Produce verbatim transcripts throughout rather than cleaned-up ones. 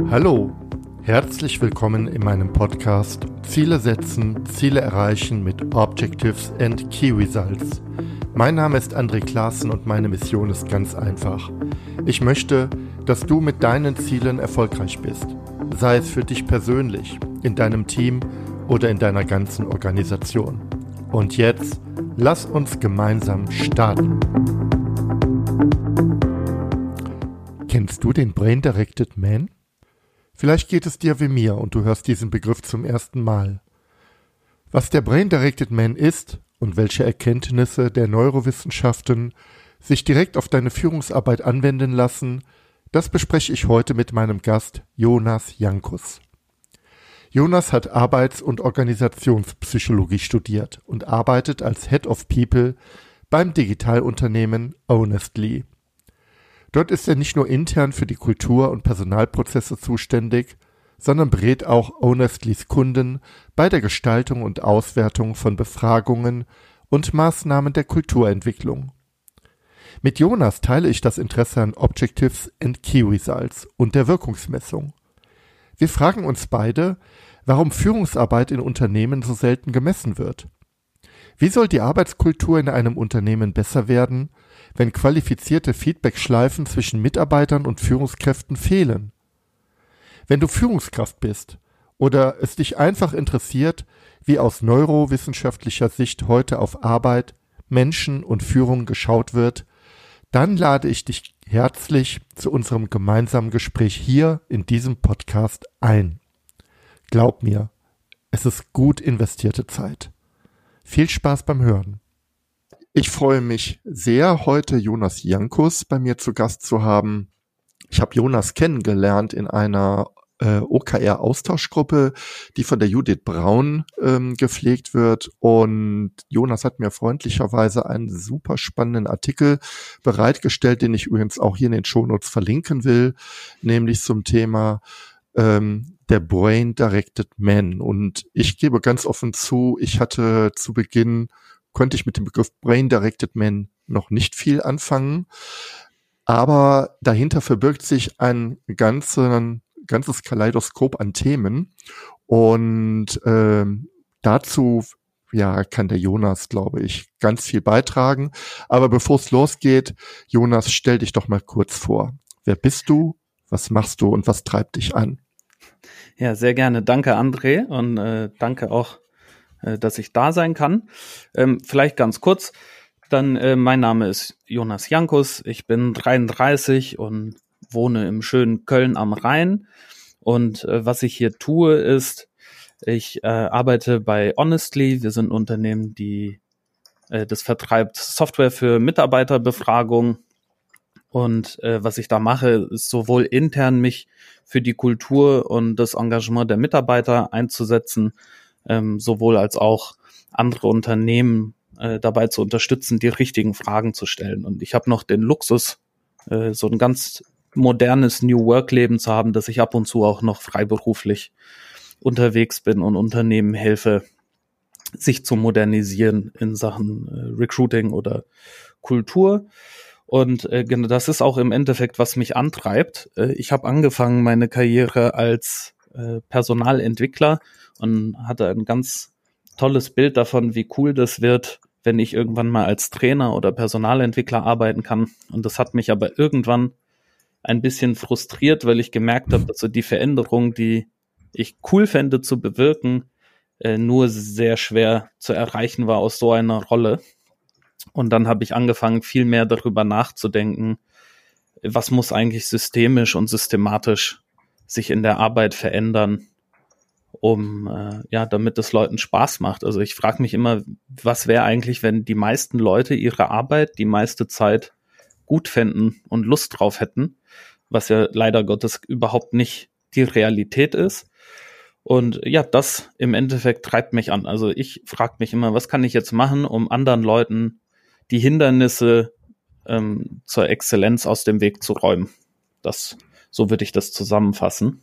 Hallo, herzlich willkommen in meinem Podcast Ziele setzen, Ziele erreichen mit Objectives and Key Results. Mein Name ist André Klaassen und meine Mission ist ganz einfach. Ich möchte, dass du mit deinen Zielen erfolgreich bist, sei es für dich persönlich, in deinem Team oder in deiner ganzen Organisation. Und jetzt, lass uns gemeinsam starten. Kennst du den Brain Directed Man? Vielleicht geht es dir wie mir und du hörst diesen Begriff zum ersten Mal. Was der Brain Directed Man ist und welche Erkenntnisse der Neurowissenschaften sich direkt auf deine Führungsarbeit anwenden lassen, das bespreche ich heute mit meinem Gast Jonas Jankus. Jonas hat Arbeits- und Organisationspsychologie studiert und arbeitet als Head of People beim Digitalunternehmen Honestly. Dort ist er nicht nur intern für die Kultur- und Personalprozesse zuständig, sondern berät auch Honestlys Kunden bei der Gestaltung und Auswertung von Befragungen und Maßnahmen der Kulturentwicklung. Mit Jonas teile ich das Interesse an Objectives and Key Results und der Wirkungsmessung. Wir fragen uns beide, warum Führungsarbeit in Unternehmen so selten gemessen wird. Wie soll die Arbeitskultur in einem Unternehmen besser werden, wenn qualifizierte Feedback-Schleifen zwischen Mitarbeitern und Führungskräften fehlen? Wenn du Führungskraft bist oder es dich einfach interessiert, wie aus neurowissenschaftlicher Sicht heute auf Arbeit, Menschen und Führung geschaut wird, dann lade ich dich herzlich zu unserem gemeinsamen Gespräch hier in diesem Podcast ein. Glaub mir, es ist gut investierte Zeit. Viel Spaß beim Hören. Ich freue mich sehr, heute Jonas Jankus bei mir zu Gast zu haben. Ich habe Jonas kennengelernt in einer äh, O K R-Austauschgruppe, die von der Judith Braun ähm, gepflegt wird. Und Jonas hat mir freundlicherweise einen super spannenden Artikel bereitgestellt, den ich übrigens auch hier in den Shownotes verlinken will, nämlich zum Thema ähm, der Brain Directed Man. Und ich gebe ganz offen zu, ich hatte zu Beginn konnte ich mit dem Begriff Brain Directed Man noch nicht viel anfangen, aber dahinter verbirgt sich ein ganzen, ganzes Kaleidoskop an Themen und ähm, dazu ja, kann der Jonas, glaube ich, ganz viel beitragen. Aber bevor es losgeht, Jonas, stell dich doch mal kurz vor. Wer bist du, was machst du und was treibt dich an? Ja, sehr gerne. Danke, André, und äh, danke auch, dass ich da sein kann. Ähm, vielleicht ganz kurz, dann äh, mein Name ist Jonas Jankus, ich bin dreiunddreißig und wohne im schönen Köln am Rhein und äh, was ich hier tue ist, ich äh, arbeite bei Honestly, wir sind ein Unternehmen, die äh, das vertreibt Software für Mitarbeiterbefragung und äh, was ich da mache, ist sowohl intern mich für die Kultur und das Engagement der Mitarbeiter einzusetzen, Ähm, sowohl als auch andere Unternehmen äh, dabei zu unterstützen, die richtigen Fragen zu stellen. Und ich habe noch den Luxus, äh, so ein ganz modernes New Work-Leben zu haben, dass ich ab und zu auch noch freiberuflich unterwegs bin und Unternehmen helfe, sich zu modernisieren in Sachen äh, Recruiting oder Kultur. Und äh, genau das ist auch im Endeffekt, was mich antreibt. Äh, ich habe angefangen meine Karriere als äh, Personalentwickler und hatte ein ganz tolles Bild davon, wie cool das wird, wenn ich irgendwann mal als Trainer oder Personalentwickler arbeiten kann. Und das hat mich aber irgendwann ein bisschen frustriert, weil ich gemerkt habe, dass so die Veränderung, die ich cool fände zu bewirken, äh, nur sehr schwer zu erreichen war aus so einer Rolle. Und dann habe ich angefangen, viel mehr darüber nachzudenken, was muss eigentlich systemisch und systematisch sich in der Arbeit verändern, um äh, ja, damit es Leuten Spaß macht. Also ich frage mich immer, was wäre eigentlich, wenn die meisten Leute ihre Arbeit die meiste Zeit gut fänden und Lust drauf hätten, was ja leider Gottes überhaupt nicht die Realität ist. Und ja, das im Endeffekt treibt mich an. Also ich frage mich immer, was kann ich jetzt machen, um anderen Leuten die Hindernisse ähm, zur Exzellenz aus dem Weg zu räumen. Das, so würde ich das zusammenfassen.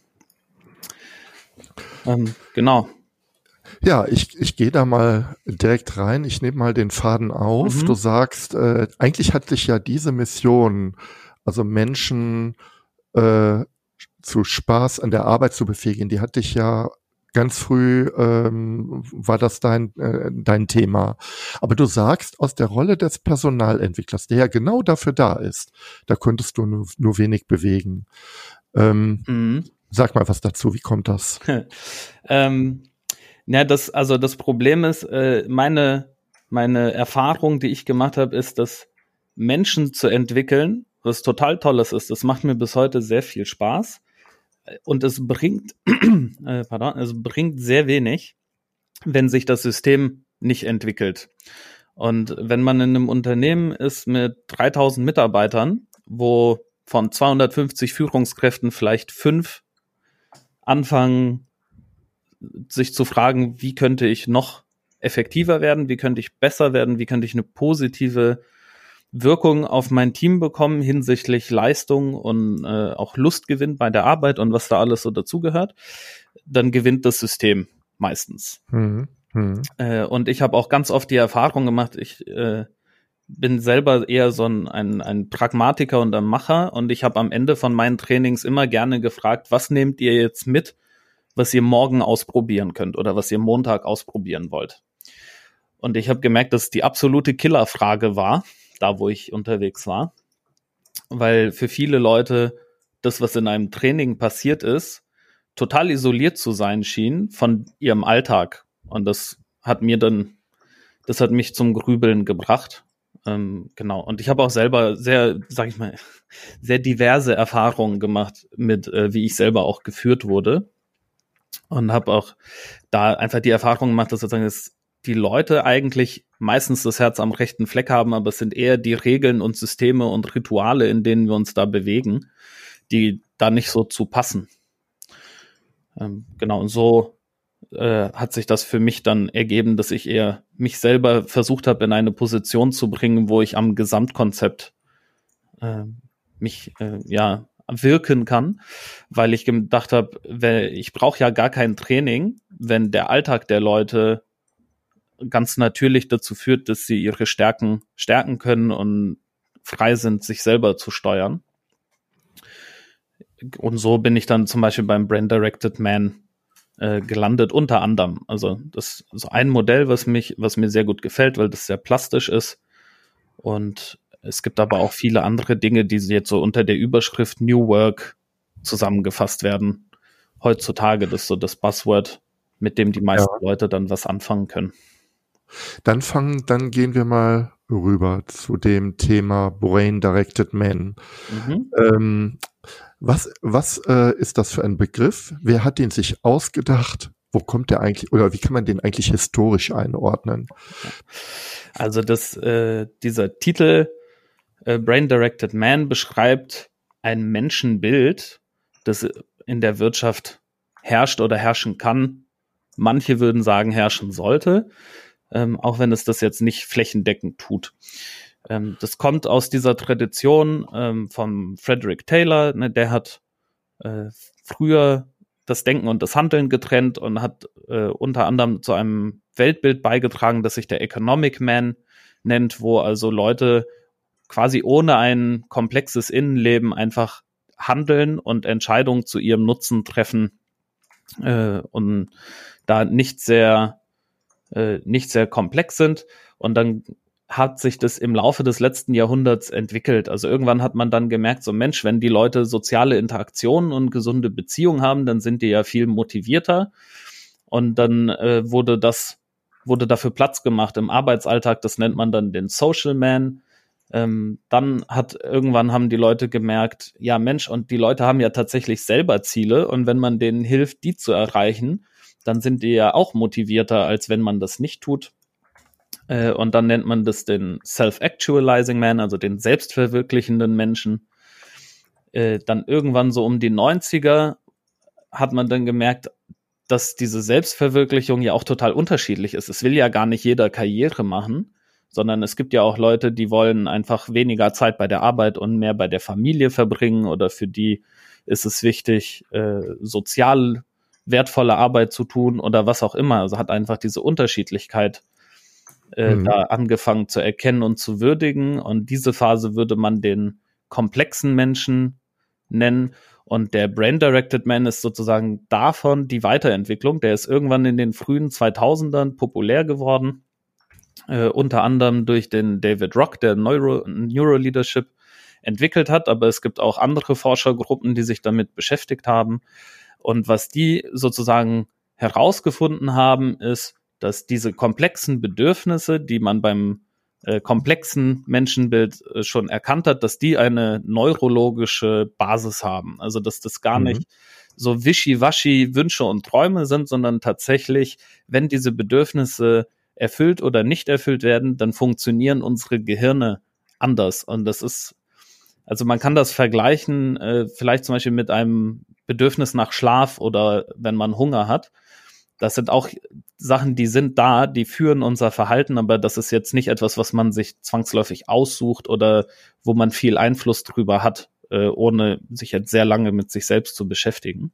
Ähm, genau. Ja, ich, ich gehe da mal direkt rein. Ich nehme mal den Faden auf. Mhm. Du sagst, äh, eigentlich hat dich ja diese Mission, also Menschen äh, zu Spaß an der Arbeit zu befähigen, die hatte ich ja ganz früh, ähm, war das dein, äh, dein Thema. Aber du sagst, aus der Rolle des Personalentwicklers, der ja genau dafür da ist, da könntest du nur, nur wenig bewegen. Ähm, mhm. Sag mal was dazu, wie kommt das? ähm, ja, das, also das Problem ist, äh, meine, meine Erfahrung, die ich gemacht habe, ist, dass Menschen zu entwickeln, was total Tolles ist, das macht mir bis heute sehr viel Spaß. Und es bringt, äh, pardon, es bringt sehr wenig, wenn sich das System nicht entwickelt. Und wenn man in einem Unternehmen ist mit dreitausend Mitarbeitern, wo von zweihundertfünfzig Führungskräften vielleicht fünf anfangen, sich zu fragen, wie könnte ich noch effektiver werden, wie könnte ich besser werden, wie könnte ich eine positive Wirkung auf mein Team bekommen hinsichtlich Leistung und äh, auch Lustgewinn bei der Arbeit und was da alles so dazugehört, dann gewinnt das System meistens. Mhm. Mhm. Äh, und ich habe auch ganz oft die Erfahrung gemacht, ich äh, bin selber eher so ein, ein, ein Pragmatiker und ein Macher und ich habe am Ende von meinen Trainings immer gerne gefragt, was nehmt ihr jetzt mit, was ihr morgen ausprobieren könnt oder was ihr Montag ausprobieren wollt. Und ich habe gemerkt, dass es die absolute Killerfrage war, da wo ich unterwegs war, weil für viele Leute das, was in einem Training passiert ist, total isoliert zu sein schien von ihrem Alltag. Und das hat mir dann, das hat mich zum Grübeln gebracht. Ähm, genau. Und ich habe auch selber sehr, sag ich mal, sehr diverse Erfahrungen gemacht mit, äh, wie ich selber auch geführt wurde. Und habe auch da einfach die Erfahrung gemacht, dass sozusagen das die Leute eigentlich meistens das Herz am rechten Fleck haben, aber es sind eher die Regeln und Systeme und Rituale, in denen wir uns da bewegen, die da nicht so zu passen. Ähm, genau, und so äh, hat sich das für mich dann ergeben, dass ich eher mich selber versucht habe, in eine Position zu bringen, wo ich am Gesamtkonzept äh, mich äh, ja wirken kann, weil ich gedacht habe, ich brauche ja gar kein Training, wenn der Alltag der Leute ganz natürlich dazu führt, dass sie ihre Stärken stärken können und frei sind, sich selber zu steuern. Und so bin ich dann zum Beispiel beim Brain Directed Man äh, gelandet, unter anderem. Also das ist so ein Modell, was mich, was mir sehr gut gefällt, weil das sehr plastisch ist. Und es gibt aber auch viele andere Dinge, die jetzt so unter der Überschrift New Work zusammengefasst werden. Heutzutage, das ist so das Buzzword, mit dem die meisten ja. Leute dann was anfangen können. Dann fangen, dann gehen wir mal rüber zu dem Thema Brain Directed Man. Mhm. Ähm, was was äh, ist das für ein Begriff? Wer hat den sich ausgedacht? Wo kommt der eigentlich, oder wie kann man den eigentlich historisch einordnen? Also das, äh, dieser Titel äh, Brain Directed Man beschreibt ein Menschenbild, das in der Wirtschaft herrscht oder herrschen kann. Manche würden sagen, herrschen sollte. Ähm, auch wenn es das jetzt nicht flächendeckend tut. Ähm, das kommt aus dieser Tradition ähm, von Frederick Taylor, ne, der hat äh, früher das Denken und das Handeln getrennt und hat äh, unter anderem zu einem Weltbild beigetragen, das sich der Economic Man nennt, wo also Leute quasi ohne ein komplexes Innenleben einfach handeln und Entscheidungen zu ihrem Nutzen treffen äh, und da nicht sehr Äh, nicht sehr komplex sind. Und dann hat sich das im Laufe des letzten Jahrhunderts entwickelt. Also irgendwann hat man dann gemerkt, so Mensch, wenn die Leute soziale Interaktionen und gesunde Beziehungen haben, dann sind die ja viel motivierter. Und dann äh, wurde das, wurde dafür Platz gemacht im Arbeitsalltag. Das nennt man dann den Social Man. Ähm, dann hat irgendwann haben die Leute gemerkt, ja Mensch, und die Leute haben ja tatsächlich selber Ziele. Und wenn man denen hilft, die zu erreichen, dann sind die ja auch motivierter, als wenn man das nicht tut. Äh, und dann nennt man das den Self-Actualizing Man, also den selbstverwirklichenden Menschen. Äh, dann irgendwann so um die neunziger hat man dann gemerkt, dass diese Selbstverwirklichung ja auch total unterschiedlich ist. Es will ja gar nicht jeder Karriere machen, sondern es gibt ja auch Leute, die wollen einfach weniger Zeit bei der Arbeit und mehr bei der Familie verbringen, oder für die ist es wichtig, äh, sozial wertvolle Arbeit zu tun oder was auch immer. Also hat einfach diese Unterschiedlichkeit äh, mhm. da angefangen zu erkennen und zu würdigen. Und diese Phase würde man den komplexen Menschen nennen. Und der Brain-Directed Man ist sozusagen davon die Weiterentwicklung. Der ist irgendwann in den frühen zweitausendern populär geworden, äh, unter anderem durch den David Rock, der Neuro, Neuroleadership entwickelt hat. Aber es gibt auch andere Forschergruppen, die sich damit beschäftigt haben. Und was die sozusagen herausgefunden haben, ist, dass diese komplexen Bedürfnisse, die man beim äh, komplexen Menschenbild äh, schon erkannt hat, dass die eine neurologische Basis haben. Also dass das gar mhm. nicht so wischiwaschi Wünsche und Träume sind, sondern tatsächlich, wenn diese Bedürfnisse erfüllt oder nicht erfüllt werden, dann funktionieren unsere Gehirne anders. Und das ist, also man kann das vergleichen, äh, vielleicht zum Beispiel mit einem Bedürfnis nach Schlaf oder wenn man Hunger hat. Das sind auch Sachen, die sind da, die führen unser Verhalten, aber das ist jetzt nicht etwas, was man sich zwangsläufig aussucht oder wo man viel Einfluss drüber hat, äh, ohne sich jetzt sehr lange mit sich selbst zu beschäftigen.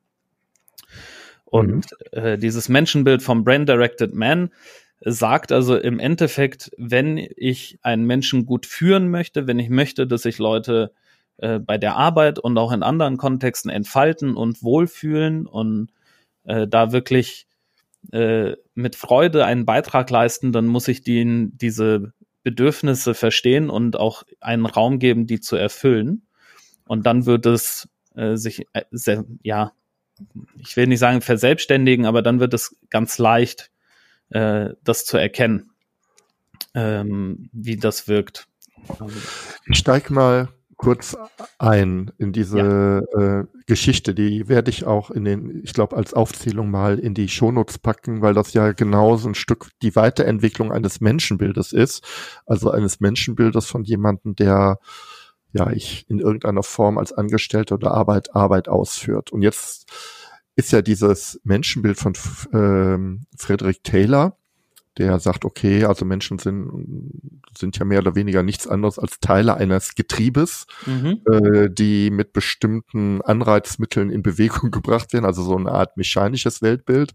Und mhm. äh, dieses Menschenbild vom Brain-Directed Man sagt also im Endeffekt, wenn ich einen Menschen gut führen möchte, wenn ich möchte, dass sich Leute äh, bei der Arbeit und auch in anderen Kontexten entfalten und wohlfühlen und äh, da wirklich äh, mit Freude einen Beitrag leisten, dann muss ich denen diese Bedürfnisse verstehen und auch einen Raum geben, die zu erfüllen. Und dann wird es äh, sich, äh, sehr, ja, ich will nicht sagen verselbstständigen, aber dann wird es ganz leicht, äh, das zu erkennen, ähm, wie das wirkt. Ich steig mal kurz ein in diese ja. äh, Geschichte, die werde ich auch in den, ich glaube, als Aufzählung mal in die Shownotes packen, weil das ja genauso ein Stück die Weiterentwicklung eines Menschenbildes ist, also eines Menschenbildes von jemandem, der ja ich in irgendeiner Form als Angestellter oder Arbeit Arbeit ausführt. Und jetzt ist ja dieses Menschenbild von ähm, Frederick Taylor, der sagt, okay, also Menschen sind sind ja mehr oder weniger nichts anderes als Teile eines Getriebes, mhm. äh, die mit bestimmten Anreizmitteln in Bewegung gebracht werden, also so eine Art mechanisches Weltbild.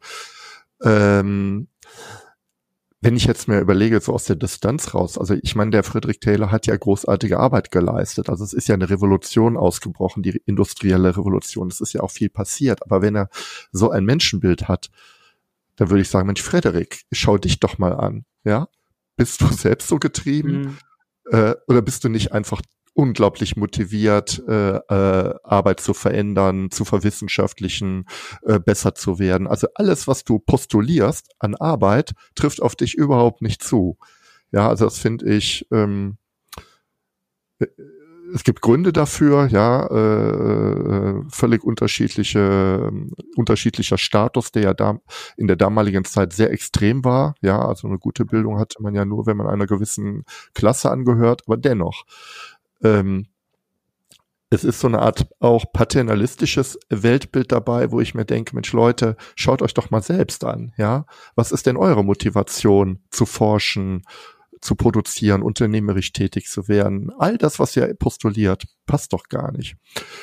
Ähm, wenn ich jetzt mir überlege, so aus der Distanz raus, also ich meine, der Frederick Taylor hat ja großartige Arbeit geleistet, also es ist ja eine Revolution ausgebrochen, die industrielle Revolution, es ist ja auch viel passiert, aber wenn er so ein Menschenbild hat, dann würde ich sagen, Mensch, Frederik, schau dich doch mal an, ja? Bist du selbst so getrieben? Mhm. Äh, oder bist du nicht einfach unglaublich motiviert, äh, äh, Arbeit zu verändern, zu verwissenschaftlichen, äh, besser zu werden? Also alles, was du postulierst an Arbeit, trifft auf dich überhaupt nicht zu. Ja, also das finde ich, ähm, es gibt Gründe dafür, ja, äh, völlig unterschiedliche, äh, unterschiedlicher Status, der ja da in der damaligen Zeit sehr extrem war. Ja, also eine gute Bildung hatte man ja nur, wenn man einer gewissen Klasse angehört, aber dennoch. Ähm, es ist so eine Art auch paternalistisches Weltbild dabei, wo ich mir denke, Mensch Leute, schaut euch doch mal selbst an, ja. Was ist denn eure Motivation zu forschen, zu produzieren, unternehmerisch tätig zu werden? All das, was ihr postuliert, passt doch gar nicht.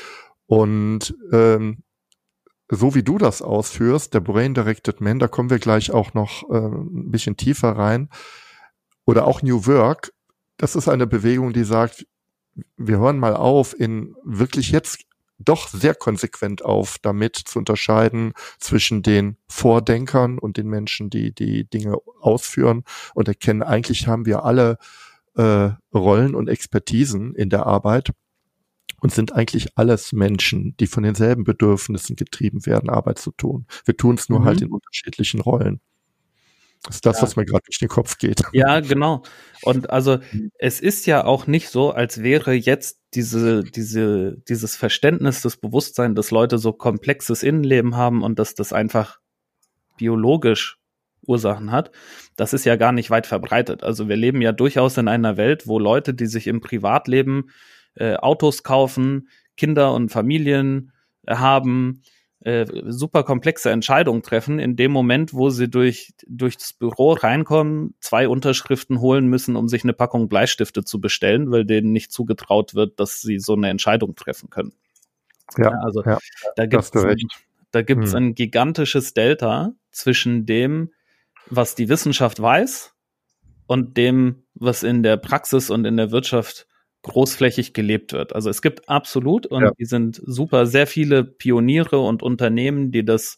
Und ähm, so wie du das ausführst, der Brain-Directed Man, da kommen wir gleich auch noch äh, ein bisschen tiefer rein, oder auch New Work, das ist eine Bewegung, die sagt, wir hören mal auf, in wirklich jetzt doch sehr konsequent auf, damit zu unterscheiden zwischen den Vordenkern und den Menschen, die die Dinge ausführen, und erkennen, eigentlich haben wir alle äh, Rollen und Expertisen in der Arbeit und sind eigentlich alles Menschen, die von denselben Bedürfnissen getrieben werden, Arbeit zu tun. Wir tun es nur mhm. halt in unterschiedlichen Rollen. Das ist das, ja. was mir gerade durch den Kopf geht. Ja, genau. Und also es ist ja auch nicht so, als wäre jetzt diese, diese, dieses Verständnis, das Bewusstsein, dass Leute so komplexes Innenleben haben und dass das einfach biologisch Ursachen hat. Das ist ja gar nicht weit verbreitet. Also wir leben ja durchaus in einer Welt, wo Leute, die sich im Privatleben äh, Autos kaufen, Kinder und Familien äh, haben, Äh, super komplexe Entscheidungen treffen, in dem Moment, wo sie durch durchs Büro reinkommen, zwei Unterschriften holen müssen, um sich eine Packung Bleistifte zu bestellen, weil denen nicht zugetraut wird, dass sie so eine Entscheidung treffen können. Ja, ja also ja, da gibt's ein, da gibt's hm. ein gigantisches Delta zwischen dem, was die Wissenschaft weiß, und dem, was in der Praxis und in der Wirtschaft großflächig gelebt wird. Also es gibt absolut, und Ja. die sind super, sehr viele Pioniere und Unternehmen, die das,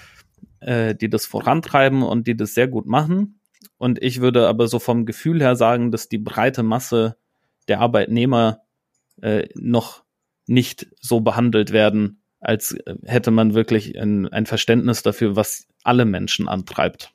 äh, die das vorantreiben und die das sehr gut machen. Und ich würde aber so vom Gefühl her sagen, dass die breite Masse der Arbeitnehmer äh, noch nicht so behandelt werden, als hätte man wirklich ein, ein Verständnis dafür, was alle Menschen antreibt.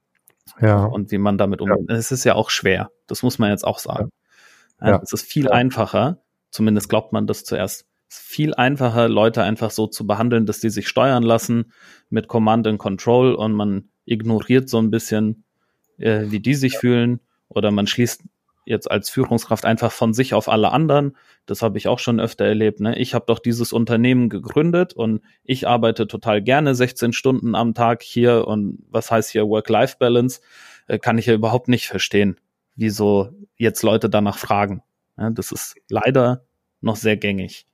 Ja. Und wie man damit umgeht. Es ist ja auch schwer. Das muss man jetzt auch sagen. Ja. Ja. Es ist viel Ja. einfacher, zumindest glaubt man das zuerst, es ist viel einfacher, Leute einfach so zu behandeln, dass die sich steuern lassen mit Command and Control und man ignoriert so ein bisschen, äh, wie die sich fühlen, oder man schließt jetzt als Führungskraft einfach von sich auf alle anderen. Das habe ich auch schon öfter erlebt. Ne? Ich habe doch dieses Unternehmen gegründet und ich arbeite total gerne sechzehn Stunden am Tag hier, und was heißt hier Work-Life-Balance, äh, kann ich ja überhaupt nicht verstehen, wieso jetzt Leute danach fragen. Ja, das ist leider noch sehr gängig.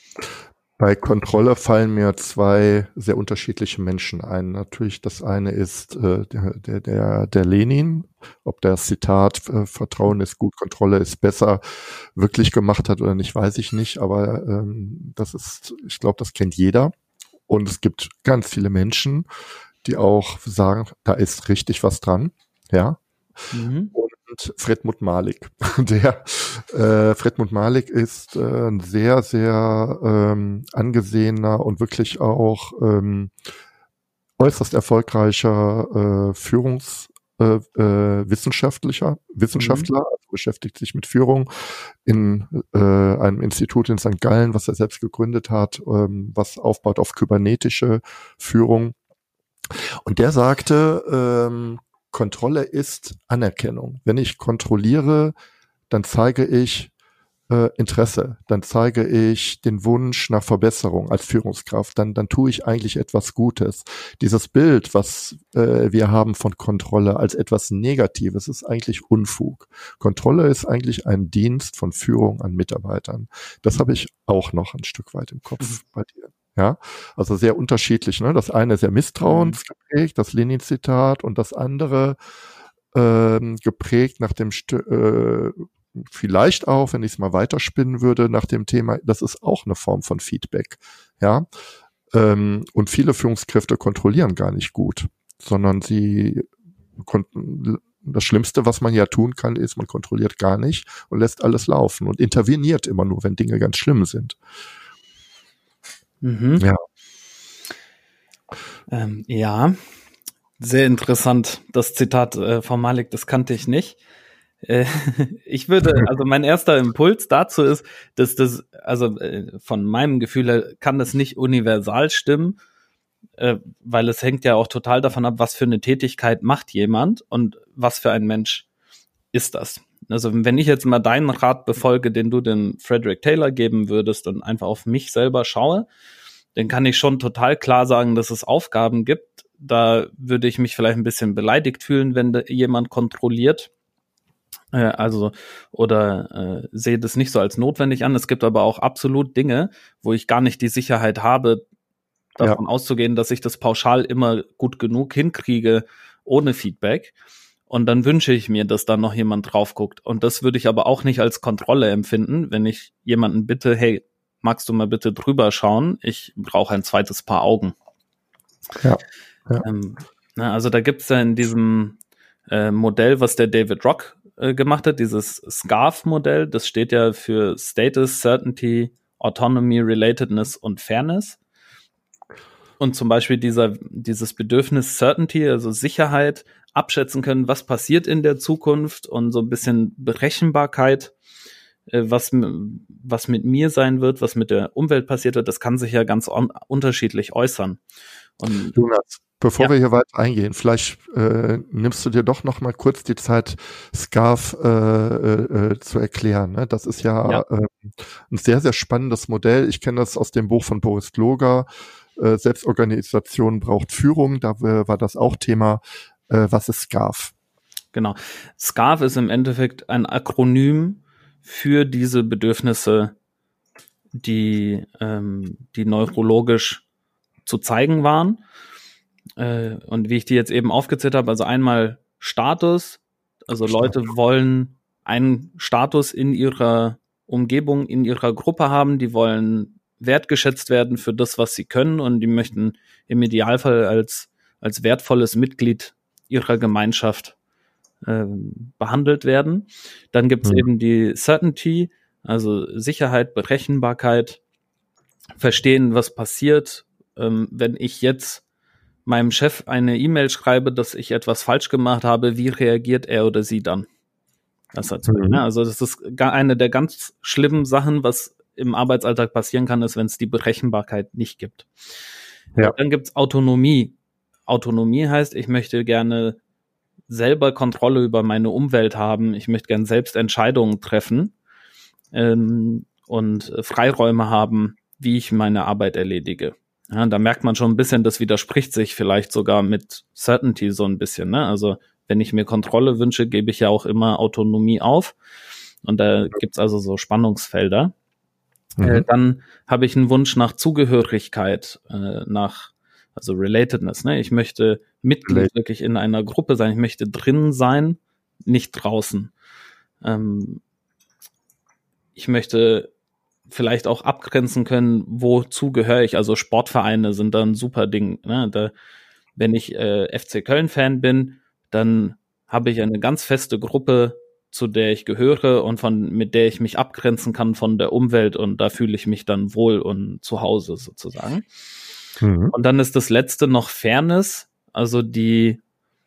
Bei Kontrolle fallen mir zwei sehr unterschiedliche Menschen ein. Natürlich, das eine ist äh, der, der, der, der Lenin, ob das Zitat äh, Vertrauen ist gut, Kontrolle ist besser wirklich gemacht hat oder nicht, weiß ich nicht. Aber ähm, das ist, ich glaube, das kennt jeder. Und es gibt ganz viele Menschen, die auch sagen, da ist richtig was dran. Ja. Mhm. Und Fredmut Malik. Der äh, Fredmut Malik ist äh, ein sehr, sehr ähm, angesehener und wirklich auch ähm, äußerst erfolgreicher äh, Führungs äh, äh, wissenschaftlicher Wissenschaftler, Mhm. also beschäftigt sich mit Führung in äh, einem Institut in Sankt Gallen, was er selbst gegründet hat, ähm, was aufbaut auf kybernetische Führung. Und der sagte, ähm, Kontrolle ist Anerkennung. Wenn ich kontrolliere, dann zeige ich äh, Interesse, dann zeige ich den Wunsch nach Verbesserung als Führungskraft, dann, dann tue ich eigentlich etwas Gutes. Dieses Bild, was äh, wir haben von Kontrolle als etwas Negatives, ist eigentlich Unfug. Kontrolle ist eigentlich ein Dienst von Führung an Mitarbeitern. Das habe ich auch noch ein Stück weit im Kopf bei dir. Ja, also sehr unterschiedlich, ne? Das eine sehr misstrauensgeprägt, das Lenin-Zitat, und das andere ähm, geprägt nach dem St- äh, vielleicht auch, wenn ich es mal weiterspinnen würde, nach dem Thema, das ist auch eine Form von Feedback. Ja, ähm, und viele Führungskräfte kontrollieren gar nicht gut, sondern sie konnten das Schlimmste, was man ja tun kann, ist, man kontrolliert gar nicht und lässt alles laufen und interveniert immer nur, wenn Dinge ganz schlimm sind. Mhm. Ja. Ähm, ja, sehr interessant. Das Zitat äh, von Malik, das kannte ich nicht. Äh, ich würde, also mein erster Impuls dazu ist, dass das, also äh, von meinem Gefühl her kann das nicht universal stimmen, äh, weil es hängt ja auch total davon ab, was für eine Tätigkeit macht jemand und was für ein Mensch ist das. Also wenn ich jetzt mal deinen Rat befolge, den du dem Frederick Taylor geben würdest und einfach auf mich selber schaue, dann kann ich schon total klar sagen, dass es Aufgaben gibt. Da würde ich mich vielleicht ein bisschen beleidigt fühlen, wenn da jemand kontrolliert. Äh, also, oder äh, sehe das nicht so als notwendig an. Es gibt aber auch absolut Dinge, wo ich gar nicht die Sicherheit habe, davon ja. auszugehen, dass ich das pauschal immer gut genug hinkriege, ohne Feedback. Und dann wünsche ich mir, dass da noch jemand drauf guckt. Und das würde ich aber auch nicht als Kontrolle empfinden, wenn ich jemanden bitte, hey, magst du mal bitte drüber schauen? Ich brauche ein zweites Paar Augen. Ja. ja. Ähm, na, also da gibt es ja in diesem äh, Modell, was der David Rock äh, gemacht hat, dieses SCARF-Modell, das steht ja für Status, Certainty, Autonomy, Relatedness und Fairness. Und zum Beispiel dieser, dieses Bedürfnis Certainty, also Sicherheit, abschätzen können, was passiert in der Zukunft, und so ein bisschen Berechenbarkeit, was, was mit mir sein wird, was mit der Umwelt passiert wird, das kann sich ja ganz un- unterschiedlich äußern. Und, Jonas, bevor ja. wir hier weiter eingehen, vielleicht äh, nimmst du dir doch noch mal kurz die Zeit, SCARF äh, äh, zu erklären. Ne? Das ist ja, ja. Äh, ein sehr, sehr spannendes Modell. Ich kenne das aus dem Buch von Boris Gloger, äh, Selbstorganisation braucht Führung. Da war das auch Thema. Äh, was ist SCARF? Genau. SCARF ist im Endeffekt ein Akronym für diese Bedürfnisse, die, ähm, die neurologisch zu zeigen waren. Äh, und wie ich die jetzt eben aufgezählt habe, also einmal Status, also Leute wollen einen Status in ihrer Umgebung in ihrer Gruppe haben, die wollen wertgeschätzt werden für das, was sie können und die möchten im Idealfall als, als wertvolles Mitglied ihrer Gemeinschaft äh, behandelt werden. Dann gibt es mhm. eben die Certainty, also Sicherheit, Berechenbarkeit, verstehen, was passiert, ähm, wenn ich jetzt meinem Chef eine E-Mail schreibe, dass ich etwas falsch gemacht habe, wie reagiert er oder sie dann? Das hat, mhm. ja, also das ist gar eine der ganz schlimmen Sachen, was im Arbeitsalltag passieren kann, ist, wenn es die Berechenbarkeit nicht gibt. Ja. Dann gibt es Autonomie. Autonomie heißt, ich möchte gerne selber Kontrolle über meine Umwelt haben. Ich möchte gerne selbst Entscheidungen treffen ähm, und Freiräume haben, wie ich meine Arbeit erledige. Ja, da merkt man schon ein bisschen, das widerspricht sich vielleicht sogar mit Certainty so ein bisschen. Ne? Also wenn ich mir Kontrolle wünsche, gebe ich ja auch immer Autonomie auf. Und da gibt's also so Spannungsfelder. Mhm. Äh, dann habe ich einen Wunsch nach Zugehörigkeit, äh, nach also Relatedness. Ne? Ich möchte Mitglied Relate. wirklich in einer Gruppe sein. Ich möchte drin sein, nicht draußen. Ähm, ich möchte vielleicht auch abgrenzen können, wozu gehöre ich. Also Sportvereine sind da ein super Ding. Ne? Da, wenn ich äh, F C Köln-Fan bin, dann habe ich eine ganz feste Gruppe, zu der ich gehöre und von mit der ich mich abgrenzen kann von der Umwelt und da fühle ich mich dann wohl und zu Hause sozusagen. Mhm. Und dann ist das letzte noch Fairness, also die,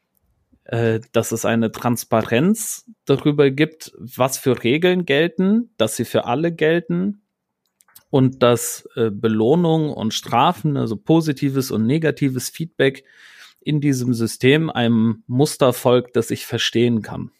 äh, dass es eine Transparenz darüber gibt, was für Regeln gelten, dass sie für alle gelten und dass äh, Belohnung und Strafen, also positives und negatives Feedback in diesem System einem Muster folgt, das ich verstehen kann.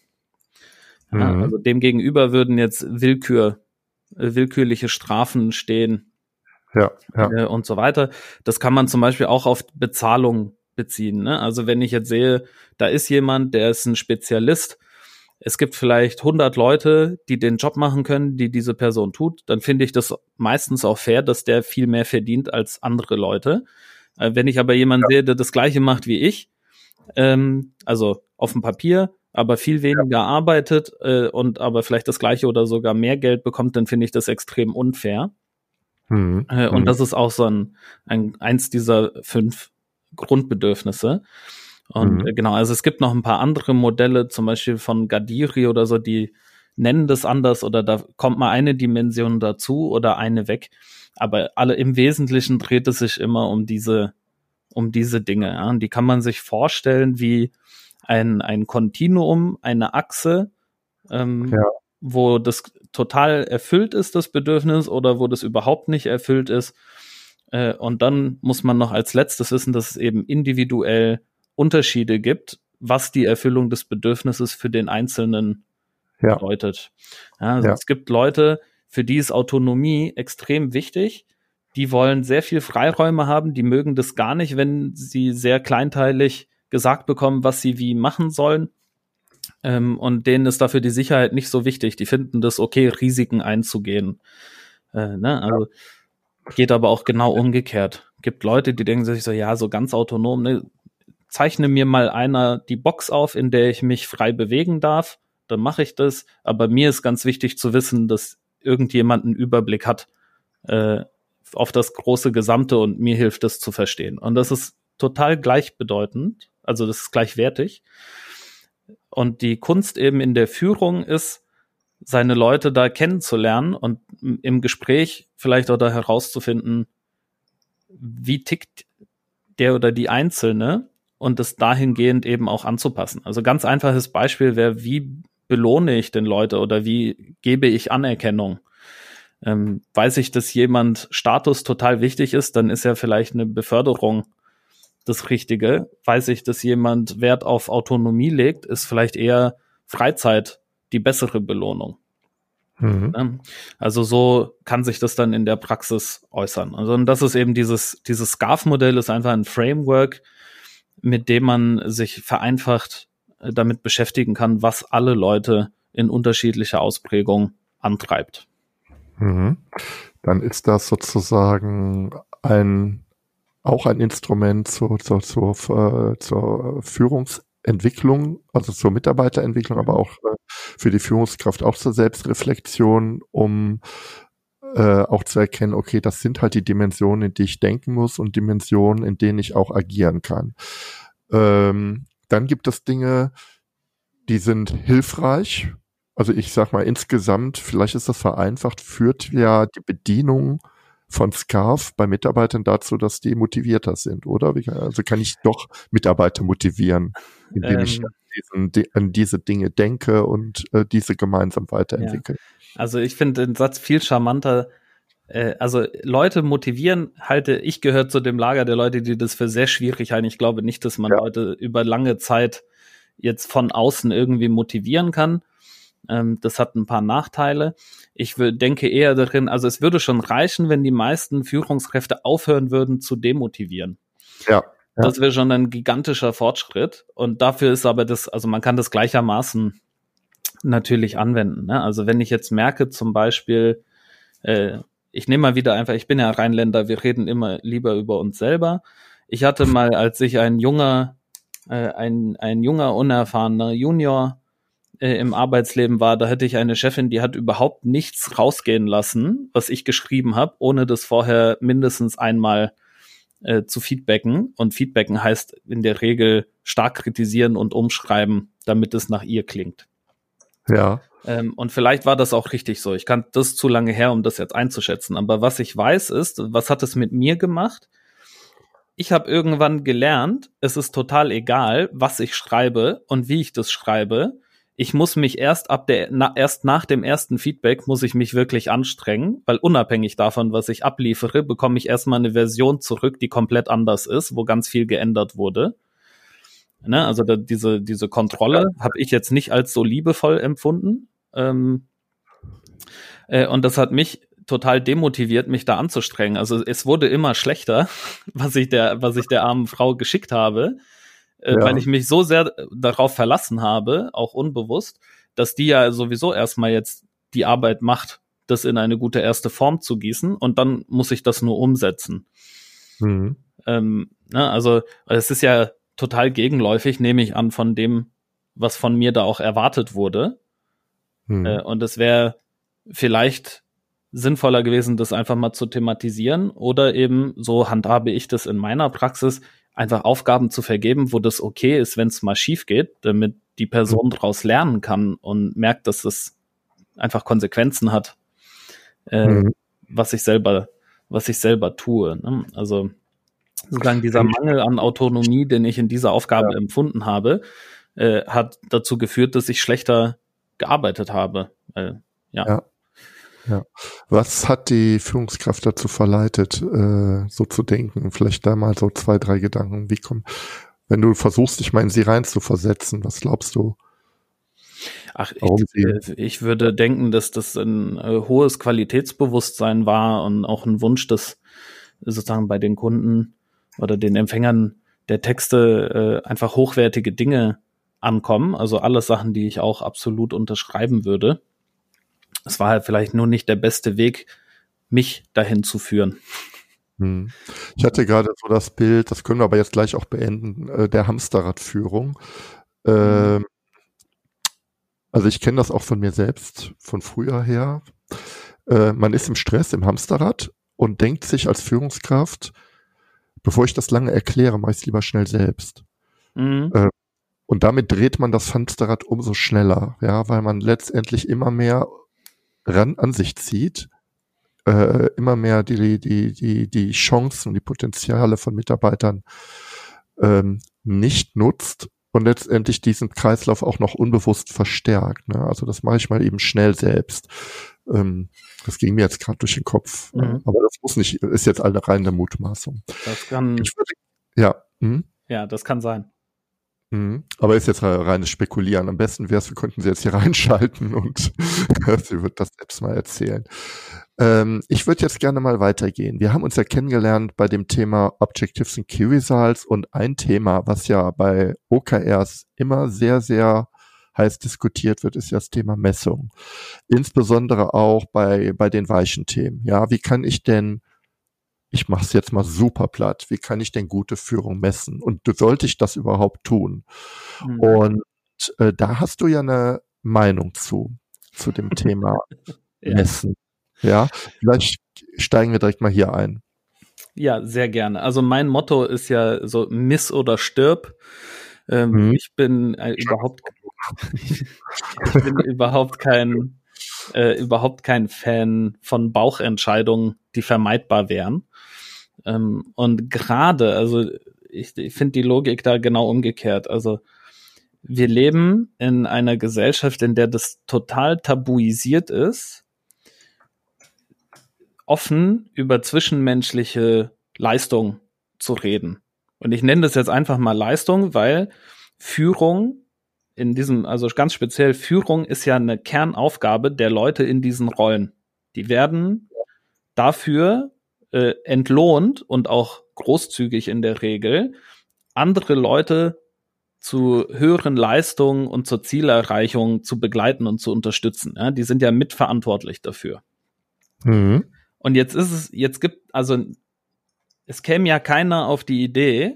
Ja, mhm. Also demgegenüber würden jetzt Willkür, äh, willkürliche Strafen stehen ja, ja. Äh, und so weiter. Das kann man zum Beispiel auch auf Bezahlung beziehen. Ne? Also wenn ich jetzt sehe, da ist jemand, der ist ein Spezialist, es gibt vielleicht hundert Leute, die den Job machen können, die diese Person tut, dann finde ich das meistens auch fair, dass der viel mehr verdient als andere Leute. Äh, wenn ich aber jemanden ja. sehe, der das Gleiche macht wie ich, ähm, also auf dem Papier, aber viel weniger ja. arbeitet äh, und aber vielleicht das Gleiche oder sogar mehr Geld bekommt, dann finde ich das extrem unfair. Mhm. Äh, und mhm. das ist auch so ein, ein eins dieser fünf Grundbedürfnisse. Und mhm. genau, also es gibt noch ein paar andere Modelle, zum Beispiel von Gadiri oder so, die nennen das anders oder da kommt mal eine Dimension dazu oder eine weg. Aber alle im Wesentlichen dreht es sich immer um diese, um diese Dinge. Ja? Und die kann man sich vorstellen wie ein, ein Kontinuum, eine Achse, ähm, ja. wo das total erfüllt ist, das Bedürfnis, oder wo das überhaupt nicht erfüllt ist. Äh, und dann muss man noch als letztes wissen, dass es eben individuell Unterschiede gibt, was die Erfüllung des Bedürfnisses für den Einzelnen ja. bedeutet. Ja, also ja. Es gibt Leute, für die ist Autonomie extrem wichtig. Die wollen sehr viel Freiräume haben. Die mögen das gar nicht, wenn sie sehr kleinteilig gesagt bekommen, was sie wie machen sollen. Ähm, und denen ist dafür die Sicherheit nicht so wichtig. Die finden das okay, Risiken einzugehen. Äh, ne? Also ja. Geht aber auch genau umgekehrt. Gibt Leute, die denken sich so, ja, so ganz autonom, ne? Zeichne mir mal einer die Box auf, in der ich mich frei bewegen darf, dann mache ich das. Aber mir ist ganz wichtig zu wissen, dass irgendjemand einen Überblick hat äh, auf das große Gesamte und mir hilft, das zu verstehen. Und das ist total gleichbedeutend, also das ist gleichwertig. Und die Kunst eben in der Führung ist, seine Leute da kennenzulernen und im Gespräch vielleicht auch da herauszufinden, wie tickt der oder die Einzelne, und das dahingehend eben auch anzupassen. Also ganz einfaches Beispiel wäre, wie belohne ich denn Leute oder wie gebe ich Anerkennung? Ähm, weiß ich, dass jemand Status total wichtig ist, dann ist ja vielleicht eine Beförderung das Richtige. Weiß ich, dass jemand Wert auf Autonomie legt, ist vielleicht eher Freizeit die bessere Belohnung. Mhm. Also so kann sich das dann in der Praxis äußern. Also und das ist eben dieses, dieses SCARF-Modell ist einfach ein Framework, mit dem man sich vereinfacht damit beschäftigen kann, was alle Leute in unterschiedlicher Ausprägung antreibt. Mhm. Dann ist das sozusagen ein auch ein Instrument zur, zur, zur, zur Führungs Entwicklung, also zur Mitarbeiterentwicklung, aber auch äh, für die Führungskraft auch zur Selbstreflexion, um äh, auch zu erkennen, okay, das sind halt die Dimensionen, in die ich denken muss und Dimensionen, in denen ich auch agieren kann. Ähm, dann gibt es Dinge, die sind hilfreich. Also ich sag mal insgesamt, vielleicht ist das vereinfacht, führt ja die Bedienung von Scarf bei Mitarbeitern dazu, dass die motivierter sind, oder? Also kann ich doch Mitarbeiter motivieren, indem ähm, ich an, diesen, an diese Dinge denke und äh, diese gemeinsam weiterentwickeln. Ja. Also ich finde den Satz viel charmanter. Äh, also Leute motivieren, halte ich gehört zu dem Lager der Leute, die das für sehr schwierig halten. Ich glaube nicht, dass man ja. Leute über lange Zeit jetzt von außen irgendwie motivieren kann. Ähm, das hat ein paar Nachteile. Ich w- denke eher darin, also es würde schon reichen, wenn die meisten Führungskräfte aufhören würden zu demotivieren. Ja. ja. Das wäre schon ein gigantischer Fortschritt. Und dafür ist aber das, also man kann das gleichermaßen natürlich anwenden. Ne? Also wenn ich jetzt merke, zum Beispiel, äh, ich nehme mal wieder einfach, ich bin ja Rheinländer, wir reden immer lieber über uns selber. Ich hatte mal, als ich ein junger, äh, ein, ein junger, unerfahrener Junior äh, im Arbeitsleben war, da hatte ich eine Chefin, die hat überhaupt nichts rausgehen lassen, was ich geschrieben habe, ohne das vorher mindestens einmal äh, zu feedbacken. Und feedbacken heißt in der Regel stark kritisieren und umschreiben, damit es nach ihr klingt. Ja. Ähm, und vielleicht war das auch richtig so. Ich kann das zu lange her, um das jetzt einzuschätzen. Aber was ich weiß ist, was hat es mit mir gemacht? Ich habe irgendwann gelernt, es ist total egal, was ich schreibe und wie ich das schreibe. Ich muss mich erst ab der, na, erst nach dem ersten Feedback muss ich mich wirklich anstrengen, weil unabhängig davon, was ich abliefere, bekomme ich erstmal eine Version zurück, die komplett anders ist, wo ganz viel geändert wurde. Ne, also da, diese, diese Kontrolle habe ich jetzt nicht als so liebevoll empfunden. Ähm, äh, und das hat mich total demotiviert, mich da anzustrengen. Also es wurde immer schlechter, was ich der, was ich der armen Frau geschickt habe, äh, ja. weil ich mich so sehr darauf verlassen habe, auch unbewusst, dass die ja sowieso erstmal jetzt die Arbeit macht, das in eine gute erste Form zu gießen und dann muss ich das nur umsetzen. Mhm. Ähm, ne, also es ist ja total gegenläufig, nehme ich an, von dem, was von mir da auch erwartet wurde. Mhm. Äh, und es wäre vielleicht sinnvoller gewesen, das einfach mal zu thematisieren oder eben, so handhabe ich das in meiner Praxis, einfach Aufgaben zu vergeben, wo das okay ist, wenn es mal schief geht, damit die Person mhm. daraus lernen kann und merkt, dass es einfach Konsequenzen hat, äh, mhm. was ich selber, was ich selber tue. Ne? Also sozusagen dieser Mangel an Autonomie, den ich in dieser Aufgabe ja. empfunden habe, äh, hat dazu geführt, dass ich schlechter gearbeitet habe. Äh, ja. ja. Ja. Was hat die Führungskraft dazu verleitet, äh, so zu denken? Vielleicht da mal so zwei, drei Gedanken. Wie kommen, wenn du versuchst, dich mal in sie rein zu versetzen, was glaubst du? Ach, ich, ich würde denken, dass das ein äh, hohes Qualitätsbewusstsein war und auch ein Wunsch, dass sozusagen bei den Kunden oder den Empfängern der Texte äh, einfach hochwertige Dinge ankommen. Also alles Sachen, die ich auch absolut unterschreiben würde. Es war halt vielleicht nur nicht der beste Weg, mich dahin zu führen. Hm. Ich hatte gerade so das Bild, das können wir aber jetzt gleich auch beenden, äh, der Hamsterradführung. Ähm, also ich kenne das auch von mir selbst, von früher her. Äh, man ist im Stress, im Hamsterrad und denkt sich als Führungskraft, bevor ich das lange erkläre, mache ich es lieber schnell selbst. Mhm. Äh, und damit dreht man das Hamsterrad umso schneller, ja, weil man letztendlich immer mehr ran an sich zieht, äh, immer mehr die, die, die, die Chancen, die Potenziale von Mitarbeitern ähm, nicht nutzt und letztendlich diesen Kreislauf auch noch unbewusst verstärkt. Ne? Also das mache ich mal eben schnell selbst. Ähm, das ging mir jetzt gerade durch den Kopf. Mhm. Aber das muss nicht, ist jetzt eine reine Mutmaßung. Das kann. Ich würde, ja. Hm? Ja, das kann sein. Mhm. Aber ist jetzt reines Spekulieren. Am besten wäre es, wir könnten sie jetzt hier reinschalten und sie wird das selbst mal erzählen. Ähm, ich würde jetzt gerne mal weitergehen. Wir haben uns ja kennengelernt bei dem Thema Objectives and Key Results und ein Thema, was ja bei O K Rs immer sehr, sehr heiß diskutiert wird, ist ja das Thema Messung. Insbesondere auch bei, bei den weichen Themen. Ja, wie kann ich denn ich mache es jetzt mal super platt, wie kann ich denn gute Führung messen? Und sollte ich das überhaupt tun? Mhm. Und äh, da hast du ja eine Meinung zu, zu dem Thema ja. Messen. Ja, vielleicht steigen wir direkt mal hier ein. Ja, sehr gerne. Also mein Motto ist ja so miss oder stirb. Ähm, mhm. Ich bin äh, überhaupt, ich bin überhaupt kein Äh, überhaupt kein Fan von Bauchentscheidungen, die vermeidbar wären. Ähm, und gerade, also ich, ich finde die Logik da genau umgekehrt. Also wir leben in einer Gesellschaft, in der das total tabuisiert ist, offen über zwischenmenschliche Leistung zu reden. Und ich nenne das jetzt einfach mal Leistung, weil Führung in diesem, also ganz speziell Führung ist ja eine Kernaufgabe der Leute in diesen Rollen. Die werden dafür äh, entlohnt und auch großzügig in der Regel, andere Leute zu höheren Leistungen und zur Zielerreichung zu begleiten und zu unterstützen. Ja, die sind ja mitverantwortlich dafür. Mhm. Und jetzt ist es, jetzt gibt, also es käme ja keiner auf die Idee,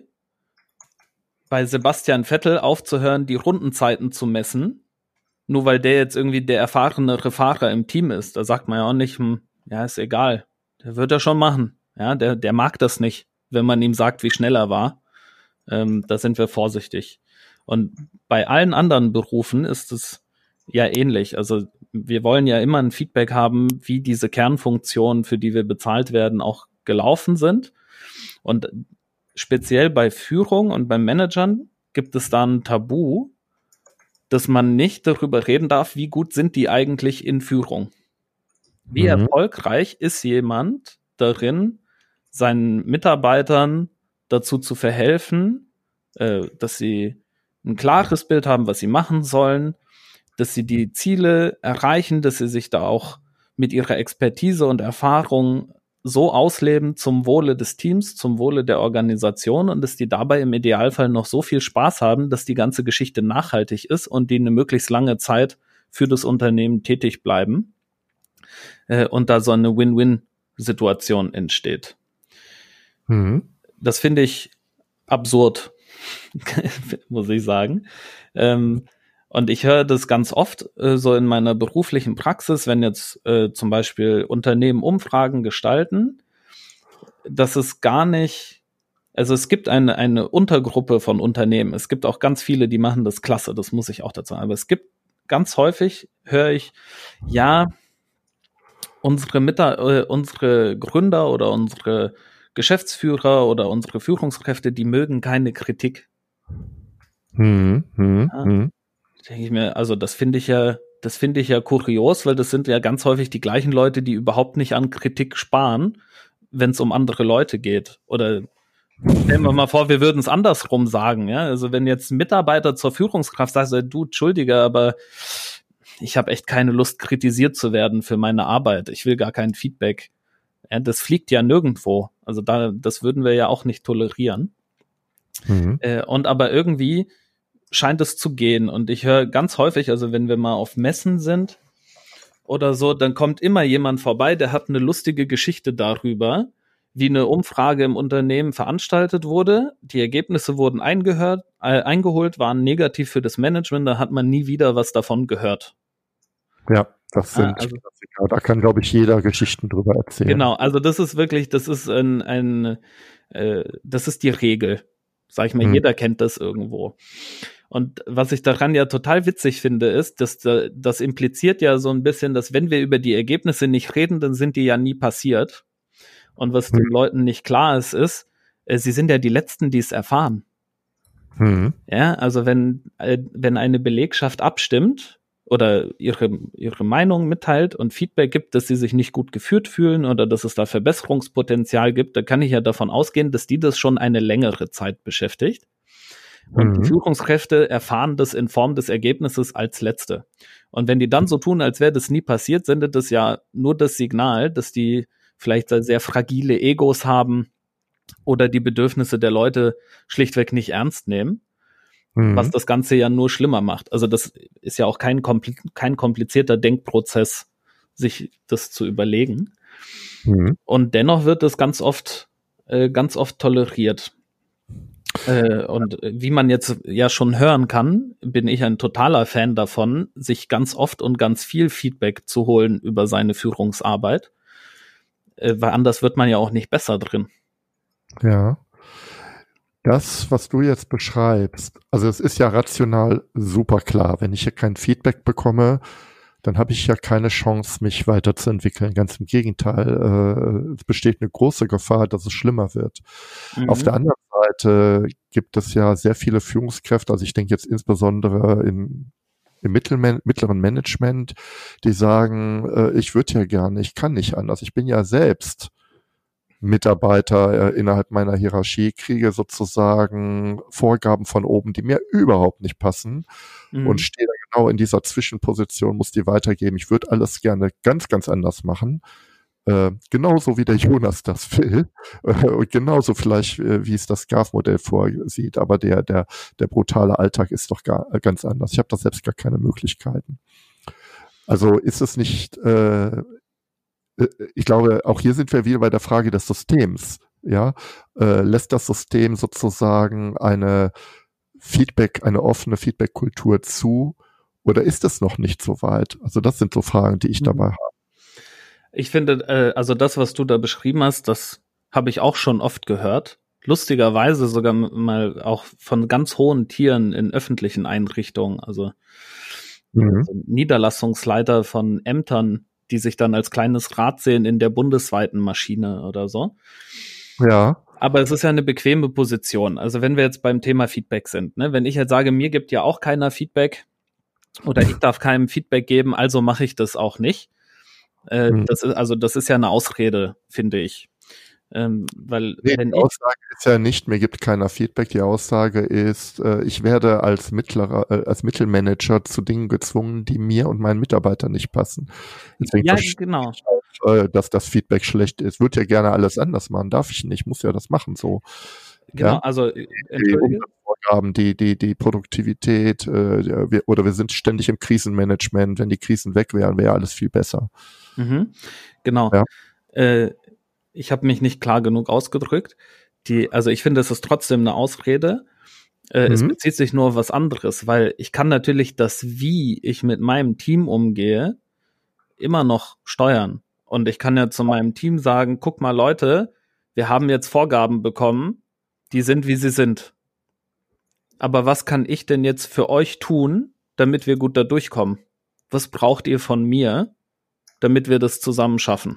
bei Sebastian Vettel aufzuhören, die Rundenzeiten zu messen, nur weil der jetzt irgendwie der erfahrenere Fahrer im Team ist. Da sagt man ja auch nicht, hm, ja, ist egal. Der wird er schon machen. Ja, der, der mag das nicht, wenn man ihm sagt, wie schnell er war. Ähm, da sind wir vorsichtig. Und bei allen anderen Berufen ist es ja ähnlich. Also wir wollen ja immer ein Feedback haben, wie diese Kernfunktionen, für die wir bezahlt werden, auch gelaufen sind. Und speziell bei Führung und bei Managern gibt es da ein Tabu, dass man nicht darüber reden darf, wie gut sind die eigentlich in Führung. Wie mhm. erfolgreich ist jemand darin, seinen Mitarbeitern dazu zu verhelfen, äh, dass sie ein klares Bild haben, was sie machen sollen, dass sie die Ziele erreichen, dass sie sich da auch mit ihrer Expertise und Erfahrung so ausleben zum Wohle des Teams, zum Wohle der Organisation und dass die dabei im Idealfall noch so viel Spaß haben, dass die ganze Geschichte nachhaltig ist und die eine möglichst lange Zeit für das Unternehmen tätig bleiben äh, und da so eine Win-Win-Situation entsteht. Mhm. Das finde ich absurd, muss ich sagen. Ähm, Und ich höre das ganz oft äh, so in meiner beruflichen Praxis, wenn jetzt äh, zum Beispiel Unternehmen Umfragen gestalten, dass es gar nicht, also es gibt eine, eine Untergruppe von Unternehmen. Es gibt auch ganz viele, die machen das klasse, das muss ich auch dazu sagen. Aber es gibt ganz häufig, höre ich, ja, unsere Mitar- äh, unsere Gründer oder unsere Geschäftsführer oder unsere Führungskräfte, die mögen keine Kritik. Hm, hm, ja. hm. Denke ich mir, also das finde ich ja, das finde ich ja kurios, weil das sind ja ganz häufig die gleichen Leute, die überhaupt nicht an Kritik sparen, wenn es um andere Leute geht. Oder stellen wir mal vor, wir würden es andersrum sagen, ja. Also wenn jetzt ein Mitarbeiter zur Führungskraft sagt, du, Entschuldige, aber ich habe echt keine Lust, kritisiert zu werden für meine Arbeit. Ich will gar kein Feedback. Ja, das fliegt ja nirgendwo. Also da, das würden wir ja auch nicht tolerieren. Mhm. Äh, und aber irgendwie scheint es zu gehen. Und ich höre ganz häufig, also wenn wir mal auf Messen sind oder so, dann kommt immer jemand vorbei, der hat eine lustige Geschichte darüber, wie eine Umfrage im Unternehmen veranstaltet wurde. Die Ergebnisse wurden eingehört, äh, eingeholt, waren negativ für das Management, da hat man nie wieder was davon gehört. Ja, das sind, ah, also, da kann, glaube ich, jeder Geschichten drüber erzählen. Genau, also das ist wirklich, das ist ein, ein äh, das ist die Regel. Sag ich mal, hm. jeder kennt das irgendwo. Und was ich daran ja total witzig finde, ist, dass das impliziert ja so ein bisschen, dass wenn wir über die Ergebnisse nicht reden, dann sind die ja nie passiert. Und was hm. den Leuten nicht klar ist, ist, äh, sie sind ja die Letzten, die es erfahren. Hm. Ja, also wenn, äh, wenn eine Belegschaft abstimmt oder ihre, ihre Meinung mitteilt und Feedback gibt, dass sie sich nicht gut geführt fühlen oder dass es da Verbesserungspotenzial gibt, dann kann ich ja davon ausgehen, dass die das schon eine längere Zeit beschäftigt. Und mhm. die Führungskräfte erfahren das in Form des Ergebnisses als Letzte. Und wenn die dann so tun, als wäre das nie passiert, sendet das ja nur das Signal, dass die vielleicht sehr fragile Egos haben oder die Bedürfnisse der Leute schlichtweg nicht ernst nehmen, mhm. was das Ganze ja nur schlimmer macht. Also das ist ja auch kein, kompl- kein komplizierter Denkprozess, sich das zu überlegen. Mhm. Und dennoch wird es ganz oft, äh, ganz oft toleriert. Äh, und wie man jetzt ja schon hören kann, bin ich ein totaler Fan davon, sich ganz oft und ganz viel Feedback zu holen über seine Führungsarbeit, äh, weil anders wird man ja auch nicht besser drin. Ja. Das, was du jetzt beschreibst, also es ist ja rational super klar. Wenn ich hier kein Feedback bekomme, dann habe ich ja keine Chance, mich weiterzuentwickeln. Ganz im Gegenteil, äh, es besteht eine große Gefahr, dass es schlimmer wird. Mhm. Auf der anderen Seite gibt es ja sehr viele Führungskräfte, also ich denke jetzt insbesondere in, im Mittelman- mittleren Management, die sagen, äh, ich würde ja gerne, ich kann nicht anders. Ich bin ja selbst Mitarbeiter äh, innerhalb meiner Hierarchie, kriege sozusagen Vorgaben von oben, die mir überhaupt nicht passen Mhm. und stehe da genau in dieser Zwischenposition, muss die weitergeben. Ich würde alles gerne ganz, ganz anders machen. Äh, genauso wie der Jonas das will. Äh, und genauso vielleicht, äh, wie es das G A F-Modell vorsieht. Aber der, der, der brutale Alltag ist doch gar, äh, ganz anders. Ich habe da selbst gar keine Möglichkeiten. Also ist es nicht, äh, ich glaube, auch hier sind wir wieder bei der Frage des Systems. Ja, äh, lässt das System sozusagen eine Feedback, eine offene Feedback-Kultur zu, oder ist es noch nicht so weit? Also das sind so Fragen, die ich Mhm. dabei habe. Ich finde, äh, also das, was du da beschrieben hast, das habe ich auch schon oft gehört. Lustigerweise sogar mal auch von ganz hohen Tieren in öffentlichen Einrichtungen, also, Mhm. also Niederlassungsleiter von Ämtern, die sich dann als kleines Rad sehen in der bundesweiten Maschine oder so. Ja. Aber es ist ja eine bequeme Position. Also wenn wir jetzt beim Thema Feedback sind, ne, wenn ich jetzt sage, mir gibt ja auch keiner Feedback oder ich darf keinem Feedback geben, also mache ich das auch nicht. Äh, Mhm. das ist, also das ist ja eine Ausrede, finde ich. Ähm, weil Nee, wenn die ich, Aussage ist ja nicht, mir gibt keiner Feedback. Die Aussage ist, äh, ich werde als mittlerer, äh, als Mittelmanager zu Dingen gezwungen, die mir und meinen Mitarbeitern nicht passen. Deswegen ja, verstehe genau, ich auch, äh, dass das Feedback schlecht ist. Würde ja gerne alles anders machen, darf ich nicht, muss ja das machen so. genau, Ja, also äh, die entschuldige. Umsatzvorgaben, die, die, die Produktivität, äh, wir, oder wir sind ständig im Krisenmanagement. Wenn die Krisen weg wären, wäre alles viel besser. Mhm, genau. Ja. Äh, ich habe mich nicht klar genug ausgedrückt. Die, also ich finde, es ist trotzdem eine Ausrede. Äh, es Mhm. bezieht sich nur auf was anderes, weil ich kann natürlich das, wie ich mit meinem Team umgehe, immer noch steuern. Und ich kann ja zu meinem Team sagen, guck mal Leute, wir haben jetzt Vorgaben bekommen, die sind, wie sie sind. Aber was kann ich denn jetzt für euch tun, damit wir gut da durchkommen? Was braucht ihr von mir, damit wir das zusammen schaffen?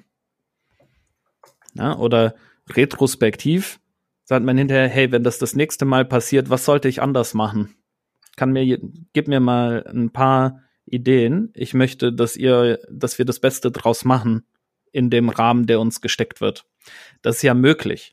Ja, oder retrospektiv sagt man hinterher, hey, wenn das das nächste Mal passiert, was sollte ich anders machen? Kann mir, gib mir mal ein paar Ideen. Ich möchte, dass ihr, dass wir das Beste draus machen in dem Rahmen, der uns gesteckt wird. Das ist ja möglich.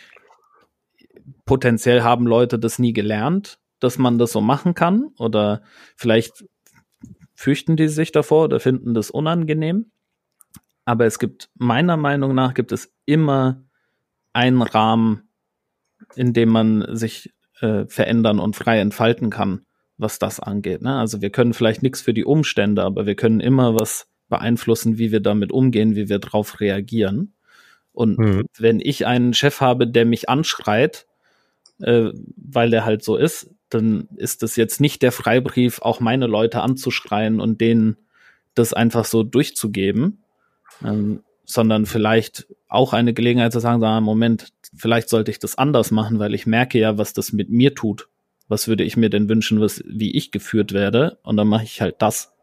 Potenziell haben Leute das nie gelernt, dass man das so machen kann, oder vielleicht fürchten die sich davor oder finden das unangenehm. Aber es gibt, meiner Meinung nach, gibt es immer einen Rahmen, in dem man sich äh, verändern und frei entfalten kann, was das angeht. Ne? Also wir können vielleicht nichts für die Umstände, aber wir können immer was beeinflussen, wie wir damit umgehen, wie wir darauf reagieren. Und Mhm. wenn ich einen Chef habe, der mich anschreit, äh, weil der halt so ist, dann ist das jetzt nicht der Freibrief, auch meine Leute anzuschreien und denen das einfach so durchzugeben, ähm, sondern vielleicht auch eine Gelegenheit zu sagen, sagen, Moment, vielleicht sollte ich das anders machen, weil ich merke ja, was das mit mir tut. Was würde ich mir denn wünschen, was, wie ich geführt werde? Und dann mache ich halt das.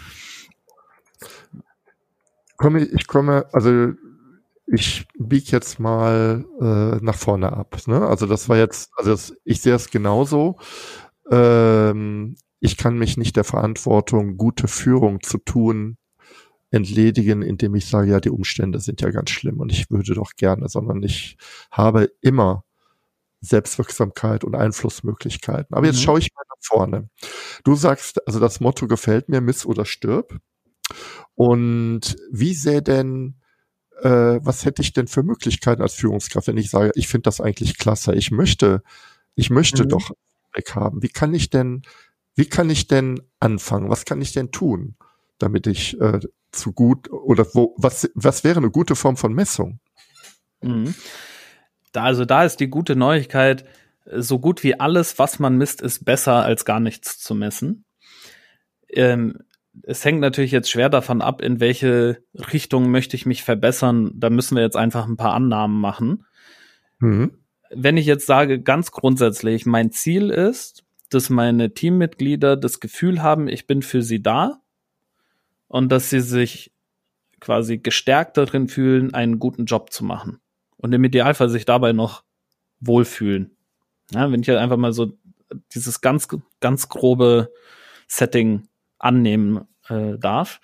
Komme, ich komme, also ich biege jetzt mal äh, nach vorne ab. Ne? Also das war jetzt, also das, ich sehe es genauso. Ähm, ich kann mich nicht der Verantwortung, gute Führung zu tun, entledigen, indem ich sage, ja, die Umstände sind ja ganz schlimm und ich würde doch gerne, sondern ich habe immer Selbstwirksamkeit und Einflussmöglichkeiten. Aber jetzt Mhm. schaue ich mal nach vorne. Du sagst, also das Motto gefällt mir, miss oder stirb. Und wie sähe denn, äh, was hätte ich denn für Möglichkeiten als Führungskraft, wenn ich sage, ich finde das eigentlich klasse, ich möchte, ich möchte Mhm. doch weg haben. Wie kann ich denn, wie kann ich denn anfangen? Was kann ich denn tun, damit ich äh, zu gut oder wo, was, was wäre eine gute Form von Messung? Mhm. Da, also da ist die gute Neuigkeit, so gut wie alles, was man misst, ist besser als gar nichts zu messen. Ähm, es hängt natürlich jetzt schwer davon ab, in welche Richtung möchte ich mich verbessern. Da müssen wir jetzt einfach ein paar Annahmen machen. Mhm. Wenn ich jetzt sage, ganz grundsätzlich, mein Ziel ist, dass meine Teammitglieder das Gefühl haben, ich bin für sie da und dass sie sich quasi gestärkt darin fühlen, einen guten Job zu machen. Und im Idealfall sich dabei noch wohlfühlen. Ja, wenn ich halt einfach mal so dieses ganz, ganz grobe Setting annehmen äh, darf,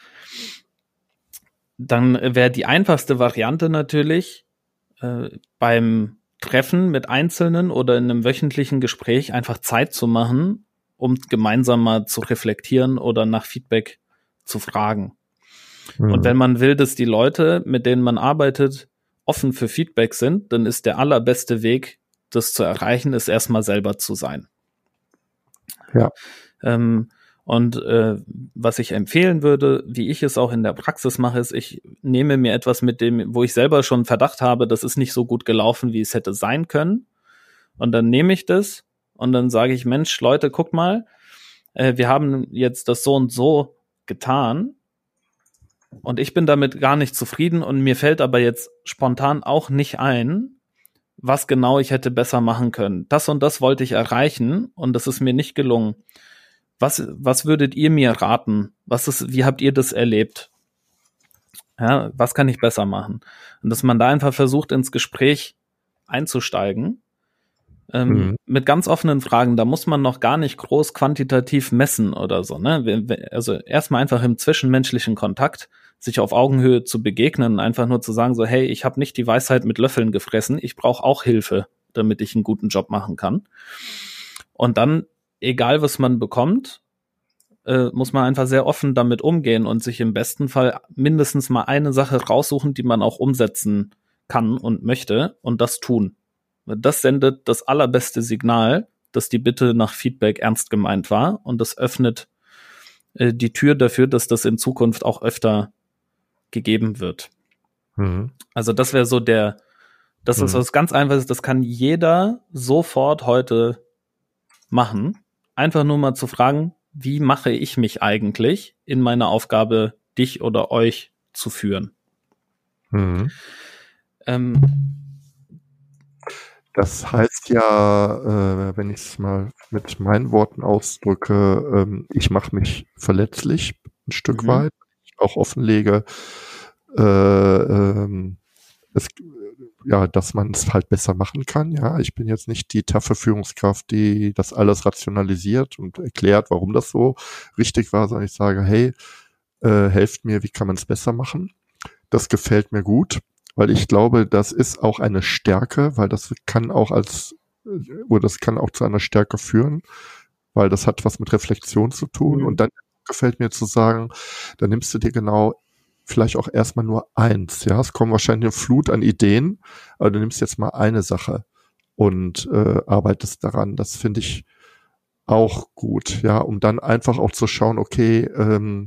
dann wäre die einfachste Variante natürlich, äh, beim Treffen mit Einzelnen oder in einem wöchentlichen Gespräch einfach Zeit zu machen, um gemeinsam mal zu reflektieren oder nach Feedback zu fragen. Mhm. Und wenn man will, dass die Leute, mit denen man arbeitet, offen für Feedback sind, dann ist der allerbeste Weg, das zu erreichen, ist erstmal selber zu sein. Ja. Ähm, und äh, was ich empfehlen würde, wie ich es auch in der Praxis mache, ist, ich nehme mir etwas mit dem, wo ich selber schon Verdacht habe, das ist nicht so gut gelaufen, wie es hätte sein können. Und dann nehme ich das und dann sage ich, Mensch, Leute, guckt mal, äh, wir haben jetzt das so und so getan und ich bin damit gar nicht zufrieden und mir fällt aber jetzt spontan auch nicht ein, was genau ich hätte besser machen können. Das und das wollte ich erreichen und das ist mir nicht gelungen. Was, was würdet ihr mir raten? Was ist, wie habt ihr das erlebt? Ja, was kann ich besser machen? Und dass man da einfach versucht, ins Gespräch einzusteigen, ähm, mhm. mit ganz offenen Fragen. Da muss man noch gar nicht groß quantitativ messen oder so, ne? Also erstmal einfach im zwischenmenschlichen Kontakt sich auf Augenhöhe zu begegnen und einfach nur zu sagen so, hey, ich habe nicht die Weisheit mit Löffeln gefressen, ich brauche auch Hilfe, damit ich einen guten Job machen kann. Und dann, egal was man bekommt, äh, muss man einfach sehr offen damit umgehen und sich im besten Fall mindestens mal eine Sache raussuchen, die man auch umsetzen kann und möchte und das tun. Das sendet das allerbeste Signal, dass die Bitte nach Feedback ernst gemeint war und das öffnet äh, die Tür dafür, dass das in Zukunft auch öfter gegeben wird. Mhm. Also das wäre so der, das mhm. ist was ganz Einfaches, das kann jeder sofort heute machen. Einfach nur mal zu fragen, wie mache ich mich eigentlich in meiner Aufgabe, dich oder euch zu führen? Mhm. Ähm, das heißt ja, äh, wenn ich es mal mit meinen Worten ausdrücke, ähm, ich mache mich verletzlich ein Stück mhm. weit, ich auch offenlege, äh, ähm, es, ja, dass man es halt besser machen kann. Ja, ich bin jetzt nicht die taffe Führungskraft, die das alles rationalisiert und erklärt, warum das so richtig war, sondern ich sage, hey, äh, helft mir, wie kann man es besser machen? Das gefällt mir gut, weil ich glaube, das ist auch eine Stärke, weil das kann auch als, oder das kann auch zu einer Stärke führen, weil das hat was mit Reflexion zu tun. Mhm. Und dann gefällt mir zu sagen, dann nimmst du dir genau vielleicht auch erstmal nur eins, ja, es kommen wahrscheinlich eine Flut an Ideen, aber du nimmst jetzt mal eine Sache und äh, arbeitest daran, das finde ich auch gut, ja, um dann einfach auch zu schauen, okay, ähm,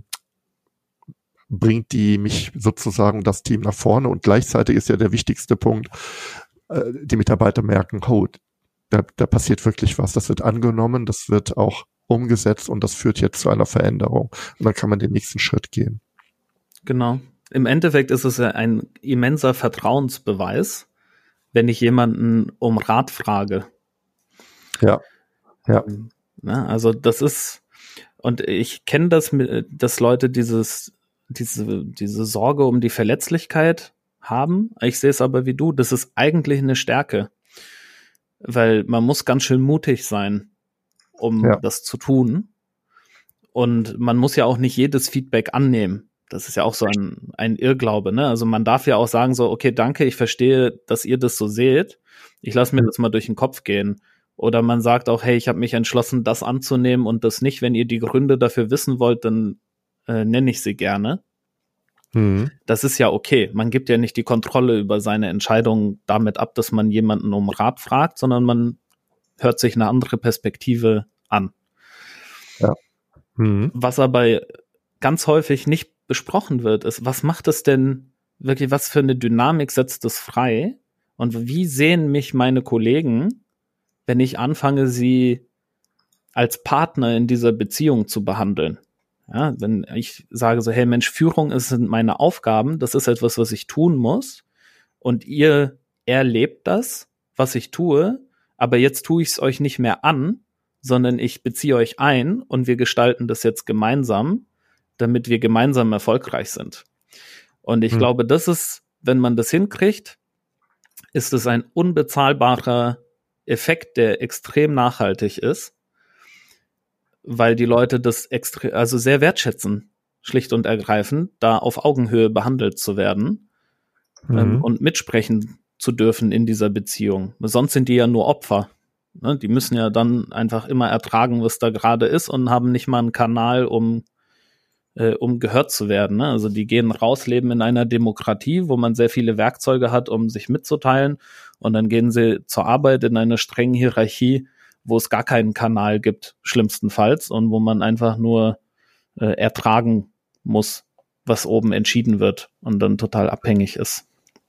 bringt die mich sozusagen das Team nach vorne und gleichzeitig ist ja der wichtigste Punkt, äh, die Mitarbeiter merken, oh, da, da passiert wirklich was, das wird angenommen, das wird auch umgesetzt und das führt jetzt zu einer Veränderung und dann kann man den nächsten Schritt gehen. Genau. Im Endeffekt ist es ja ein immenser Vertrauensbeweis, wenn ich jemanden um Rat frage. Ja, ja. ja also das ist, und ich kenne das, dass Leute dieses, diese, diese Sorge um die Verletzlichkeit haben. Ich sehe es aber wie du, das ist eigentlich eine Stärke, weil man muss ganz schön mutig sein, um ja. das zu tun. Und man muss ja auch nicht jedes Feedback annehmen. Das ist ja auch so ein, ein Irrglaube, ne? Also man darf ja auch sagen so, okay, danke, ich verstehe, dass ihr das so seht. Ich lasse mir das mal durch den Kopf gehen. Oder man sagt auch, hey, ich habe mich entschlossen, das anzunehmen und das nicht. Wenn ihr die Gründe dafür wissen wollt, dann äh, nenne ich sie gerne. Mhm. Das ist ja okay. Man gibt ja nicht die Kontrolle über seine Entscheidung damit ab, dass man jemanden um Rat fragt, sondern man hört sich eine andere Perspektive an. Ja. Mhm. Was aber ganz häufig nicht besprochen wird, ist, was macht es denn wirklich, was für eine Dynamik setzt es frei? Und wie sehen mich meine Kollegen, wenn ich anfange, sie als Partner in dieser Beziehung zu behandeln? Ja, wenn ich sage so, hey Mensch, Führung ist, sind meine Aufgaben, das ist etwas, was ich tun muss und ihr erlebt das, was ich tue, aber jetzt tue ich es euch nicht mehr an, sondern ich beziehe euch ein und wir gestalten das jetzt gemeinsam, damit wir gemeinsam erfolgreich sind. Und ich hm. glaube, das ist, wenn man das hinkriegt, ist es ein unbezahlbarer Effekt, der extrem nachhaltig ist, weil die Leute das extre- also sehr wertschätzen, schlicht und ergreifend, da auf Augenhöhe behandelt zu werden mhm. ähm, und mitsprechen zu dürfen in dieser Beziehung. Sonst sind die ja nur Opfer. Ne? Die müssen ja dann einfach immer ertragen, was da gerade ist und haben nicht mal einen Kanal, um äh, um gehört zu werden. Ne? Also die gehen raus, leben in einer Demokratie, wo man sehr viele Werkzeuge hat, um sich mitzuteilen, und dann gehen sie zur Arbeit in einer strengen Hierarchie, wo es gar keinen Kanal gibt, schlimmstenfalls, und wo man einfach nur äh, ertragen muss, was oben entschieden wird und dann total abhängig ist.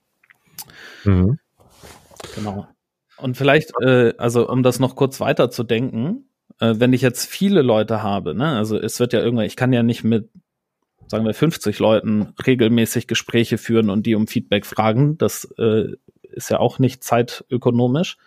Mhm. Genau. Und vielleicht, äh, also um das noch kurz weiter zu denken, äh, wenn ich jetzt viele Leute habe, ne, also es wird ja irgendwann, ich kann ja nicht mit, sagen wir, fünfzig Leuten regelmäßig Gespräche führen und die um Feedback fragen, das äh, ist ja auch nicht zeitökonomisch.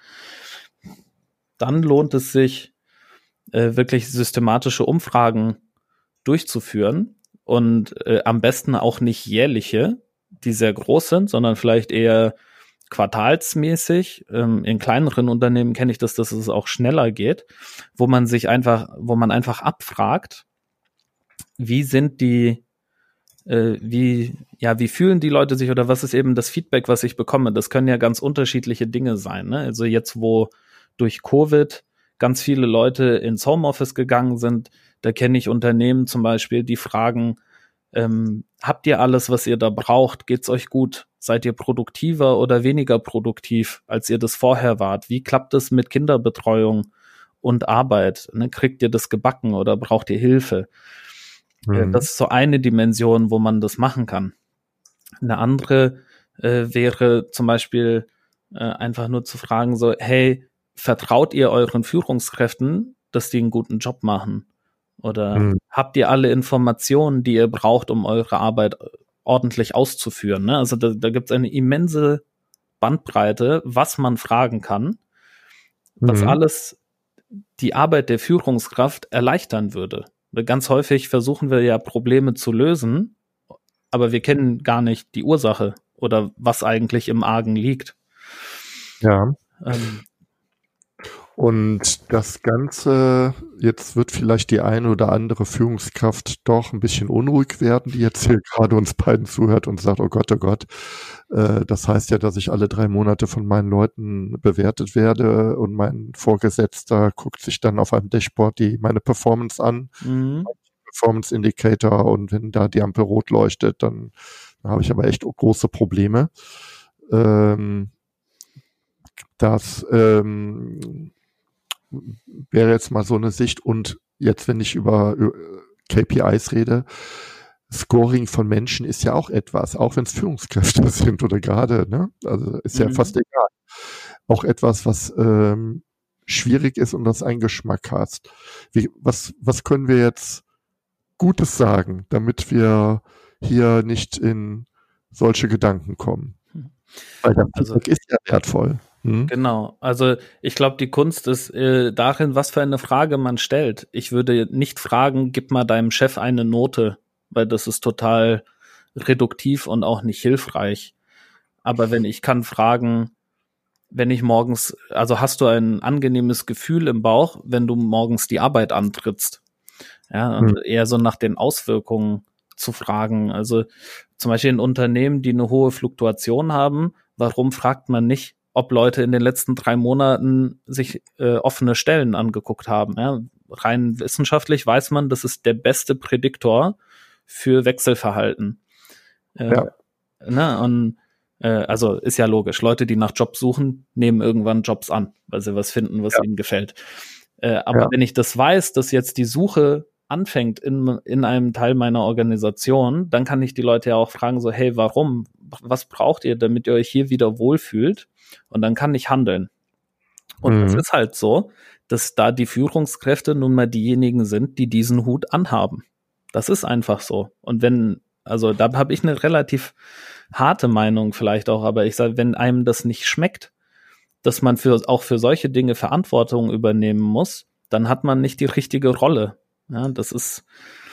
Dann lohnt es sich, äh, wirklich systematische Umfragen durchzuführen und äh, am besten auch nicht jährliche, die sehr groß sind, sondern vielleicht eher quartalsmäßig. Ähm, in kleineren Unternehmen kenne ich das, dass es auch schneller geht, wo man sich einfach, wo man einfach abfragt, wie sind die, äh, wie, ja, wie fühlen die Leute sich, oder was ist eben das Feedback, was ich bekomme? Das können ja ganz unterschiedliche Dinge sein, ne? Also jetzt, wo durch Covid ganz viele Leute ins Homeoffice gegangen sind, da kenne ich Unternehmen zum Beispiel, die fragen, ähm, habt ihr alles, was ihr da braucht? Geht's euch gut? Seid ihr produktiver oder weniger produktiv, als ihr das vorher wart? Wie klappt es mit Kinderbetreuung und Arbeit? Ne? Kriegt ihr das gebacken oder braucht ihr Hilfe? Mhm. Das ist so eine Dimension, wo man das machen kann. Eine andere äh, wäre zum Beispiel äh, einfach nur zu fragen, so, hey, vertraut ihr euren Führungskräften, dass die einen guten Job machen? Oder mhm. habt ihr alle Informationen, die ihr braucht, um eure Arbeit ordentlich auszuführen? Ne? Also da, da gibt es eine immense Bandbreite, was man fragen kann, was mhm. alles die Arbeit der Führungskraft erleichtern würde. Weil ganz häufig versuchen wir ja, Probleme zu lösen, aber wir kennen gar nicht die Ursache oder was eigentlich im Argen liegt. Ja. Ähm, Und das Ganze, jetzt wird vielleicht die eine oder andere Führungskraft doch ein bisschen unruhig werden, die jetzt hier gerade uns beiden zuhört und sagt, oh Gott, oh Gott, äh, das heißt ja, dass ich alle drei Monate von meinen Leuten bewertet werde und mein Vorgesetzter guckt sich dann auf einem Dashboard die meine Performance an, mhm. Performance Indicator, und wenn da die Ampel rot leuchtet, dann, dann habe ich aber echt große Probleme. Ähm, das ähm, wäre jetzt mal so eine Sicht. Und jetzt, wenn ich über K P Is rede, Scoring von Menschen ist ja auch etwas, auch wenn es Führungskräfte sind oder gerade, ne? Also ist ja mhm. fast egal. Auch etwas, was ähm, schwierig ist und das einen Geschmack hat. Wie, was, was können wir jetzt Gutes sagen, damit wir hier nicht in solche Gedanken kommen? Weil das also, ist ja wertvoll. Hm? Genau, also ich glaube, die Kunst ist äh, darin, was für eine Frage man stellt. Ich würde nicht fragen, gib mal deinem Chef eine Note, weil das ist total reduktiv und auch nicht hilfreich. Aber wenn ich kann fragen, wenn ich morgens, also hast du ein angenehmes Gefühl im Bauch, wenn du morgens die Arbeit antrittst? Ja, und hm. eher so nach den Auswirkungen zu fragen. Also zum Beispiel in Unternehmen, die eine hohe Fluktuation haben, warum fragt man nicht, ob Leute in den letzten drei Monaten sich äh, offene Stellen angeguckt haben? Ja, rein wissenschaftlich weiß man, das ist der beste Prädiktor für Wechselverhalten. Äh, ja. Ne, und äh, also ist ja logisch. Leute, die nach Jobs suchen, nehmen irgendwann Jobs an, weil sie was finden, was ja. ihnen gefällt. Äh, aber ja. wenn ich das weiß, dass jetzt die Suche anfängt in, in einem Teil meiner Organisation, dann kann ich die Leute ja auch fragen, so, hey, warum? Was braucht ihr, damit ihr euch hier wieder wohlfühlt? Und dann kann ich handeln. Und es mhm. ist halt so, dass da die Führungskräfte nun mal diejenigen sind, die diesen Hut anhaben. Das ist einfach so. Und wenn, also da habe ich eine relativ harte Meinung vielleicht auch, aber ich sage, wenn einem das nicht schmeckt, dass man für, auch für solche Dinge Verantwortung übernehmen muss, dann hat man nicht die richtige Rolle. Ja, das ist,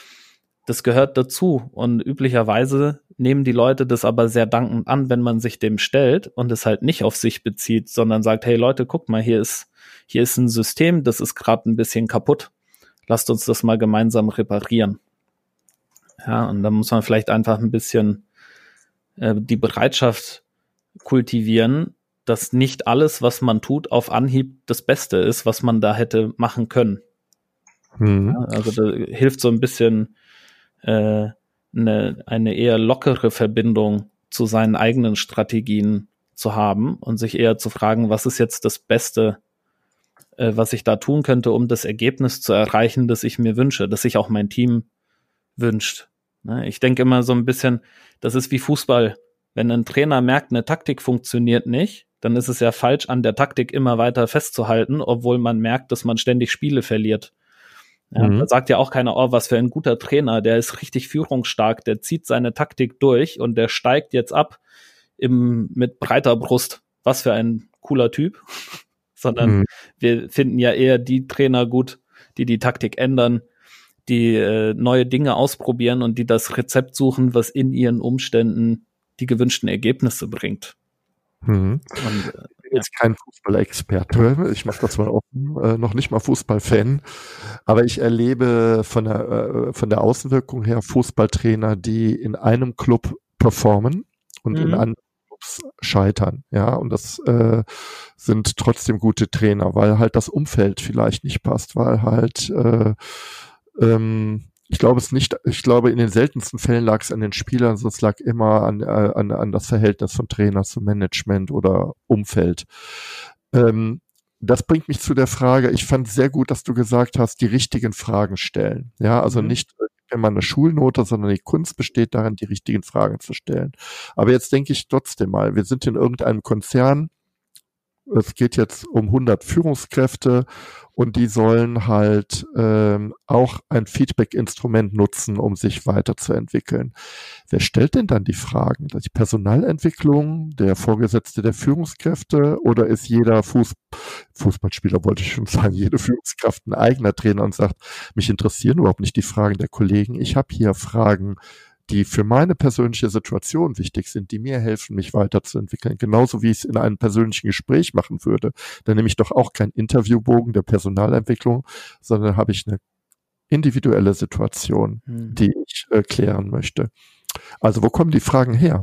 das gehört dazu. Und üblicherweise nehmen die Leute das aber sehr dankend an, wenn man sich dem stellt und es halt nicht auf sich bezieht, sondern sagt, hey Leute, guckt mal, hier ist, hier ist ein System, das ist gerade ein bisschen kaputt. Lasst uns das mal gemeinsam reparieren. Ja, und da muss man vielleicht einfach ein bisschen äh, die Bereitschaft kultivieren, dass nicht alles, was man tut, auf Anhieb das Beste ist, was man da hätte machen können. Mhm. Ja, also da hilft so ein bisschen äh, eine, eine eher lockere Verbindung zu seinen eigenen Strategien zu haben und sich eher zu fragen, was ist jetzt das Beste, äh, was ich da tun könnte, um das Ergebnis zu erreichen, das ich mir wünsche, das sich auch mein Team wünscht. Ne? Ich denke immer so ein bisschen, das ist wie Fußball. Wenn ein Trainer merkt, eine Taktik funktioniert nicht, dann ist es ja falsch, an der Taktik immer weiter festzuhalten, obwohl man merkt, dass man ständig Spiele verliert. Ja, mhm. Da sagt ja auch keiner, oh, was für ein guter Trainer, der ist richtig führungsstark, der zieht seine Taktik durch und der steigt jetzt ab im, mit breiter Brust. Was für ein cooler Typ. Sondern mhm. wir finden ja eher die Trainer gut, die die Taktik ändern, die äh, neue Dinge ausprobieren und die das Rezept suchen, was in ihren Umständen die gewünschten Ergebnisse bringt. Mhm. Und, äh, ich bin jetzt kein Fußballexperte, ich mache das mal offen, äh, noch nicht mal Fußballfan, aber ich erlebe von der, äh, von der Außenwirkung her Fußballtrainer, die in einem Club performen und mhm. in anderen Clubs scheitern, ja, und das äh, sind trotzdem gute Trainer, weil halt das Umfeld vielleicht nicht passt, weil halt äh, ähm, Ich glaube es nicht, ich glaube in den seltensten Fällen lag es an den Spielern, sondern es lag immer an, an, an das Verhältnis von Trainer zu Management oder Umfeld. Ähm, das bringt mich zu der Frage, ich fand sehr gut, dass du gesagt hast, die richtigen Fragen stellen. Ja, also mhm. nicht immer eine Schulnote, sondern die Kunst besteht darin, die richtigen Fragen zu stellen. Aber jetzt denke ich trotzdem mal, wir sind in irgendeinem Konzern, es geht jetzt um hundert Führungskräfte und die sollen halt ähm, auch ein Feedback-Instrument nutzen, um sich weiterzuentwickeln. Wer stellt denn dann die Fragen? Die Personalentwicklung, der Vorgesetzte der Führungskräfte oder ist jeder Fuß- Fußballspieler, wollte ich schon sagen, jede Führungskraft ein eigener Trainer und sagt, mich interessieren überhaupt nicht die Fragen der Kollegen, ich habe hier Fragen, die für meine persönliche Situation wichtig sind, die mir helfen, mich weiterzuentwickeln. Genauso wie ich es in einem persönlichen Gespräch machen würde. Dann nehme ich doch auch keinen Interviewbogen der Personalentwicklung, sondern habe ich eine individuelle Situation, hm. die ich äh, klären möchte. Also wo kommen die Fragen her?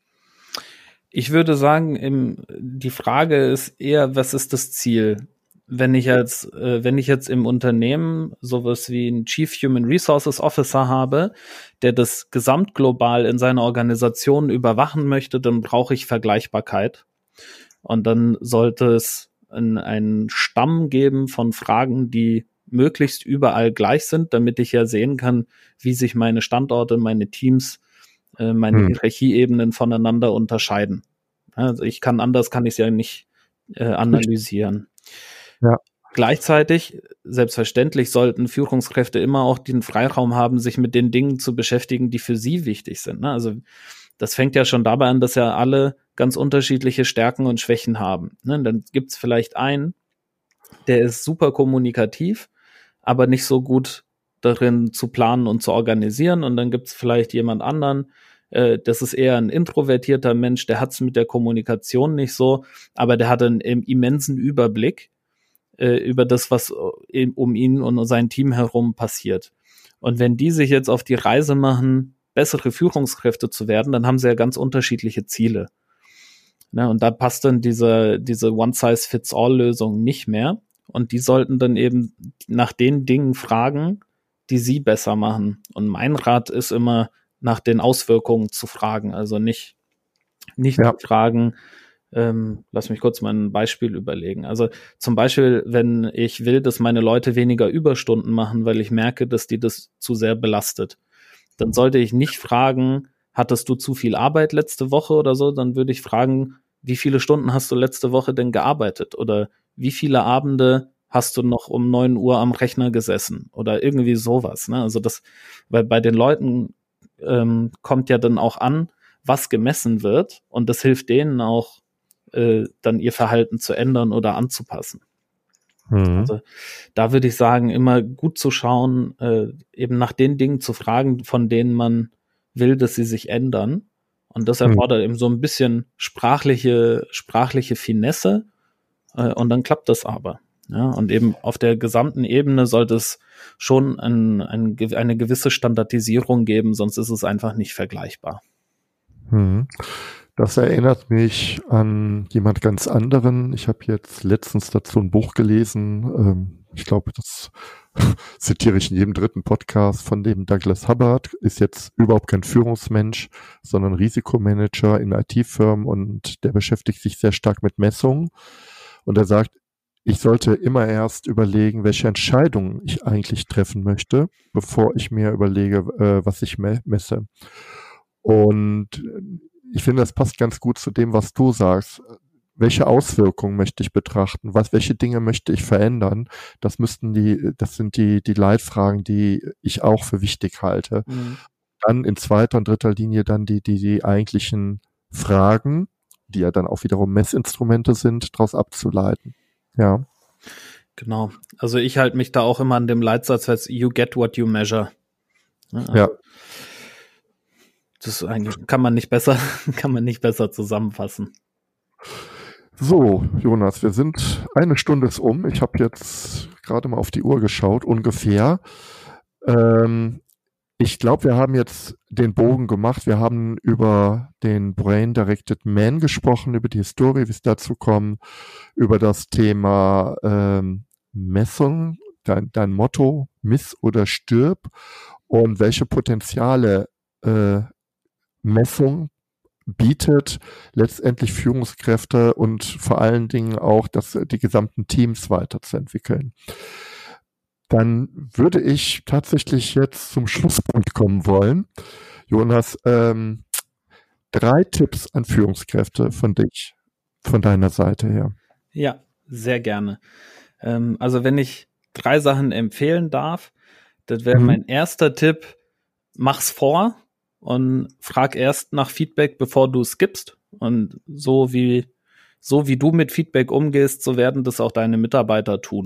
Ich würde sagen, im, die Frage ist eher, was ist das Ziel? Wenn ich jetzt, äh, wenn ich jetzt im Unternehmen sowas wie einen Chief Human Resources Officer habe, der das gesamtglobal in seiner Organisation überwachen möchte, dann brauche ich Vergleichbarkeit. Und dann sollte es ein, einen Stamm geben von Fragen, die möglichst überall gleich sind, damit ich ja sehen kann, wie sich meine Standorte, meine Teams, äh, meine hm. Hierarchieebenen voneinander unterscheiden. Also ich kann anders, kann ich es ja nicht äh, analysieren. Ja. Gleichzeitig, selbstverständlich, sollten Führungskräfte immer auch den Freiraum haben, sich mit den Dingen zu beschäftigen, die für sie wichtig sind. Ne? Also das fängt ja schon dabei an, dass ja alle ganz unterschiedliche Stärken und Schwächen haben. Ne? Dann gibt es vielleicht einen, der ist super kommunikativ, aber nicht so gut darin zu planen und zu organisieren. Und dann gibt es vielleicht jemand anderen, äh, das ist eher ein introvertierter Mensch, der hat es mit der Kommunikation nicht so, aber der hat einen immensen Überblick über das, was um ihn und sein Team herum passiert. Und wenn die sich jetzt auf die Reise machen, bessere Führungskräfte zu werden, dann haben sie ja ganz unterschiedliche Ziele. Ne, und da passt dann diese, diese One-Size-Fits-All-Lösung nicht mehr. Und die sollten dann eben nach den Dingen fragen, die sie besser machen. Und mein Rat ist immer, nach den Auswirkungen zu fragen. Also nicht, nicht ja. zu fragen, ähm, lass mich kurz mal ein Beispiel überlegen. Also zum Beispiel, wenn ich will, dass meine Leute weniger Überstunden machen, weil ich merke, dass die das zu sehr belastet, dann sollte ich nicht fragen, hattest du zu viel Arbeit letzte Woche oder so? Dann würde ich fragen, wie viele Stunden hast du letzte Woche denn gearbeitet? Oder wie viele Abende hast du noch um neun Uhr am Rechner gesessen? Oder irgendwie sowas. Ne? Also das, weil bei den Leuten ähm, kommt ja dann auch an, was gemessen wird. Und das hilft denen auch, äh, dann ihr Verhalten zu ändern oder anzupassen. Mhm. Also da würde ich sagen, immer gut zu schauen, äh, eben nach den Dingen zu fragen, von denen man will, dass sie sich ändern. Und das erfordert mhm. eben so ein bisschen sprachliche, sprachliche Finesse. Äh, und dann klappt das aber. Ja, und eben auf der gesamten Ebene sollte es schon ein, ein, eine gewisse Standardisierung geben, sonst ist es einfach nicht vergleichbar. Mhm. Das erinnert mich an jemand ganz anderen. Ich habe jetzt letztens dazu ein Buch gelesen. Ähm, ich glaube, das zitiere ich in jedem dritten Podcast von dem Douglas Hubbard. Ist jetzt überhaupt kein Führungsmensch, sondern Risikomanager in I T-Firmen und der beschäftigt sich sehr stark mit Messungen. Und er sagt, ich sollte immer erst überlegen, welche Entscheidungen ich eigentlich treffen möchte, bevor ich mir überlege, äh, was ich me- messe. Und ich finde, das passt ganz gut zu dem, was du sagst. Welche Auswirkungen möchte ich betrachten? Was, welche Dinge möchte ich verändern? Das müssten die, das sind die, die Leitfragen, die ich auch für wichtig halte. Mhm. Dann in zweiter und dritter Linie dann die, die, die eigentlichen Fragen, die ja dann auch wiederum Messinstrumente sind, daraus abzuleiten. Ja. Genau. Also ich halte mich da auch immer an dem Leitsatz fest, you get what you measure. Ja. ja. Das ist eigentlich, kann man nicht besser, kann man nicht besser zusammenfassen. So, Jonas, wir sind, eine Stunde ist um. Ich habe jetzt gerade mal auf die Uhr geschaut, ungefähr. Ähm, ich glaube, wir haben jetzt den Bogen gemacht. Wir haben über den Brain-Directed Man gesprochen, über die Historie, wie es dazu kommt, über das Thema ähm, Messung, dein, dein Motto, miss oder stirb und welche Potenziale äh, Messung bietet letztendlich Führungskräfte und vor allen Dingen auch das, die gesamten Teams weiterzuentwickeln. Dann würde ich tatsächlich jetzt zum Schlusspunkt kommen wollen. Jonas, ähm, drei Tipps an Führungskräfte von dich, von deiner Seite her. Ja, sehr gerne. Ähm, also wenn ich drei Sachen empfehlen darf, das wäre mhm. mein erster Tipp, mach's vor. Und frag erst nach Feedback, bevor du es gibst. Und so wie, so wie du mit Feedback umgehst, so werden das auch deine Mitarbeiter tun.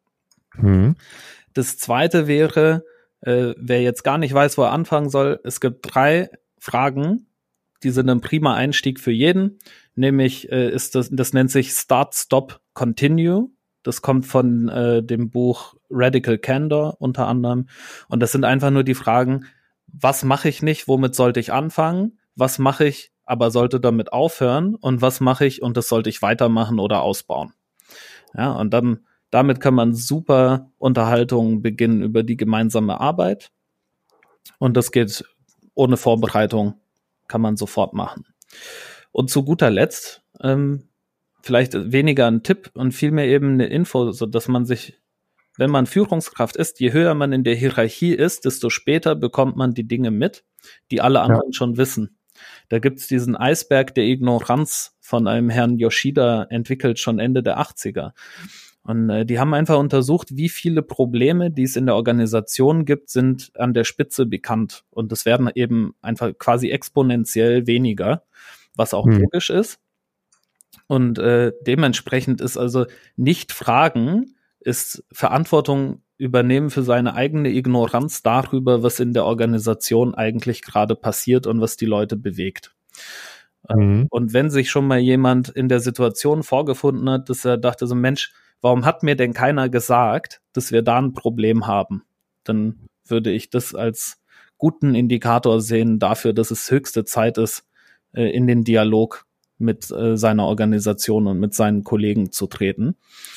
Mhm. Das zweite wäre, äh, wer jetzt gar nicht weiß, wo er anfangen soll, es gibt drei Fragen, die sind ein prima Einstieg für jeden. Nämlich äh, ist das, das nennt sich Start, Stop, Continue. Das kommt von äh, dem Buch Radical Candor unter anderem. Und das sind einfach nur die Fragen, was mache ich nicht, womit sollte ich anfangen? Was mache ich, aber sollte damit aufhören? Und was mache ich und das sollte ich weitermachen oder ausbauen? Ja, und dann, damit kann man super Unterhaltungen beginnen über die gemeinsame Arbeit. Und das geht ohne Vorbereitung, kann man sofort machen. Und zu guter Letzt, ähm, vielleicht weniger ein Tipp und vielmehr eben eine Info, so dass man sich, wenn man Führungskraft ist, je höher man in der Hierarchie ist, desto später bekommt man die Dinge mit, die alle anderen ja. schon wissen. Da gibt's diesen Eisberg der Ignoranz von einem Herrn Yoshida entwickelt, schon Ende der achtziger. Und äh, die haben einfach untersucht, wie viele Probleme, die es in der Organisation gibt, sind an der Spitze bekannt. Und es werden eben einfach quasi exponentiell weniger, was auch hm. logisch ist. Und äh, dementsprechend ist also nicht fragen, ist Verantwortung übernehmen für seine eigene Ignoranz darüber, was in der Organisation eigentlich gerade passiert und was die Leute bewegt. Mhm. Und wenn sich schon mal jemand in der Situation vorgefunden hat, dass er dachte so, Mensch, warum hat mir denn keiner gesagt, dass wir da ein Problem haben? Dann würde ich das als guten Indikator sehen dafür, dass es höchste Zeit ist, in den Dialog mit seiner Organisation und mit seinen Kollegen zu treten.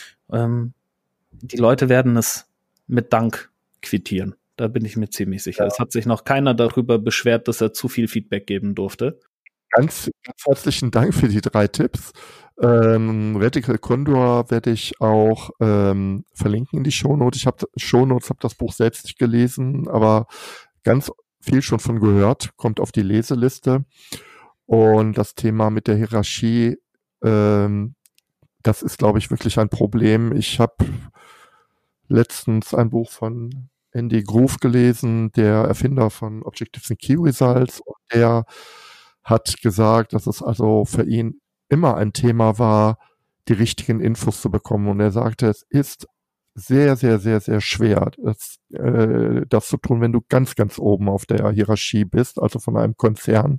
Die Leute werden es mit Dank quittieren. Da bin ich mir ziemlich sicher. Ja. Es hat sich noch keiner darüber beschwert, dass er zu viel Feedback geben durfte. ganz, ganz herzlichen Dank für die drei Tipps. Ähm, Radical Condor werde ich auch ähm, verlinken in die Shownotes. Ich habe Shownotes, habe das Buch selbst nicht gelesen, aber ganz viel schon von gehört, kommt auf die Leseliste. Und das Thema mit der Hierarchie, ähm, das ist, glaube ich, wirklich ein Problem. Ich habe letztens ein Buch von Andy Grove gelesen, der Erfinder von Objectives and Key Results, und der hat gesagt, dass es also für ihn immer ein Thema war, die richtigen Infos zu bekommen. Und er sagte, es ist sehr, sehr, sehr, sehr schwer, das, äh, das zu tun, wenn du ganz, ganz oben auf der Hierarchie bist, also von einem Konzern.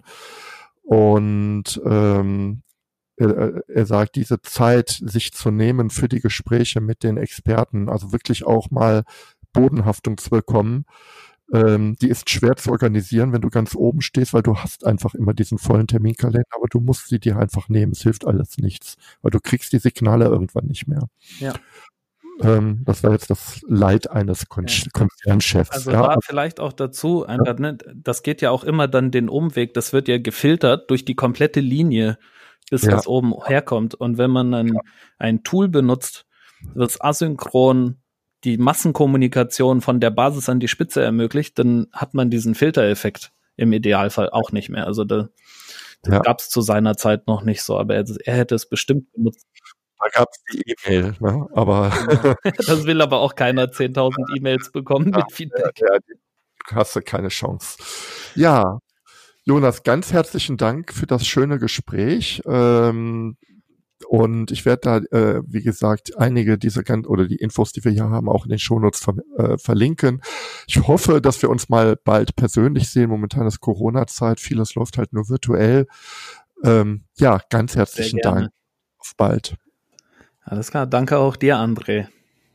Und ähm, er, er sagt, diese Zeit, sich zu nehmen für die Gespräche mit den Experten, also wirklich auch mal Bodenhaftung zu bekommen, ähm, die ist schwer zu organisieren, wenn du ganz oben stehst, weil du hast einfach immer diesen vollen Terminkalender, aber du musst sie dir einfach nehmen. Es hilft alles nichts, weil du kriegst die Signale irgendwann nicht mehr. Ja. Ähm, das war jetzt das Leid eines Kon- Ja. Konzernchefs. Also ja. da vielleicht auch dazu, einfach, ne, das geht ja auch immer dann den Umweg, das wird ja gefiltert durch die komplette Linie, bis Ja. das oben herkommt. Und wenn man ein, ein Tool benutzt, das asynchron die Massenkommunikation von der Basis an die Spitze ermöglicht, dann hat man diesen Filtereffekt im Idealfall auch nicht mehr. Also da, das Ja. gab es zu seiner Zeit noch nicht so, aber er, er hätte es bestimmt benutzt. Da gab es die E-Mail, ne? aber Das will aber auch keiner zehntausend E-Mails bekommen ja, mit Feedback. Ja, ja, hast du keine Chance. Ja, Jonas, ganz herzlichen Dank für das schöne Gespräch. Ähm, und ich werde da, äh, wie gesagt, einige dieser gan- oder die Infos, die wir hier haben, auch in den Shownotes ver- äh, verlinken. Ich hoffe, dass wir uns mal bald persönlich sehen. Momentan ist Corona-Zeit, vieles läuft halt nur virtuell. Ähm, ja, ganz herzlichen Sehr gerne. Dank. Auf bald. Alles klar, danke auch dir, André.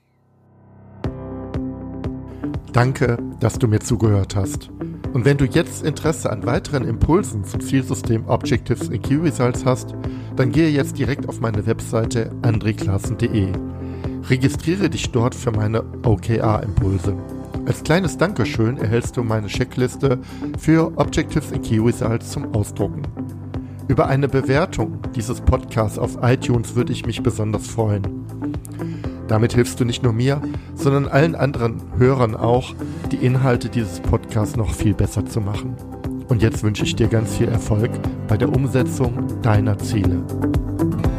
Danke, dass du mir zugehört hast. Und wenn du jetzt Interesse an weiteren Impulsen zum Zielsystem Objectives and Key Results hast, dann gehe jetzt direkt auf meine Webseite andre claassen punkt de. Registriere dich dort für meine O K R-Impulse. Als kleines Dankeschön erhältst du meine Checkliste für Objectives and Key Results zum Ausdrucken. Über eine Bewertung dieses Podcasts auf iTunes würde ich mich besonders freuen. Damit hilfst du nicht nur mir, sondern allen anderen Hörern auch, die Inhalte dieses Podcasts noch viel besser zu machen. Und jetzt wünsche ich dir ganz viel Erfolg bei der Umsetzung deiner Ziele.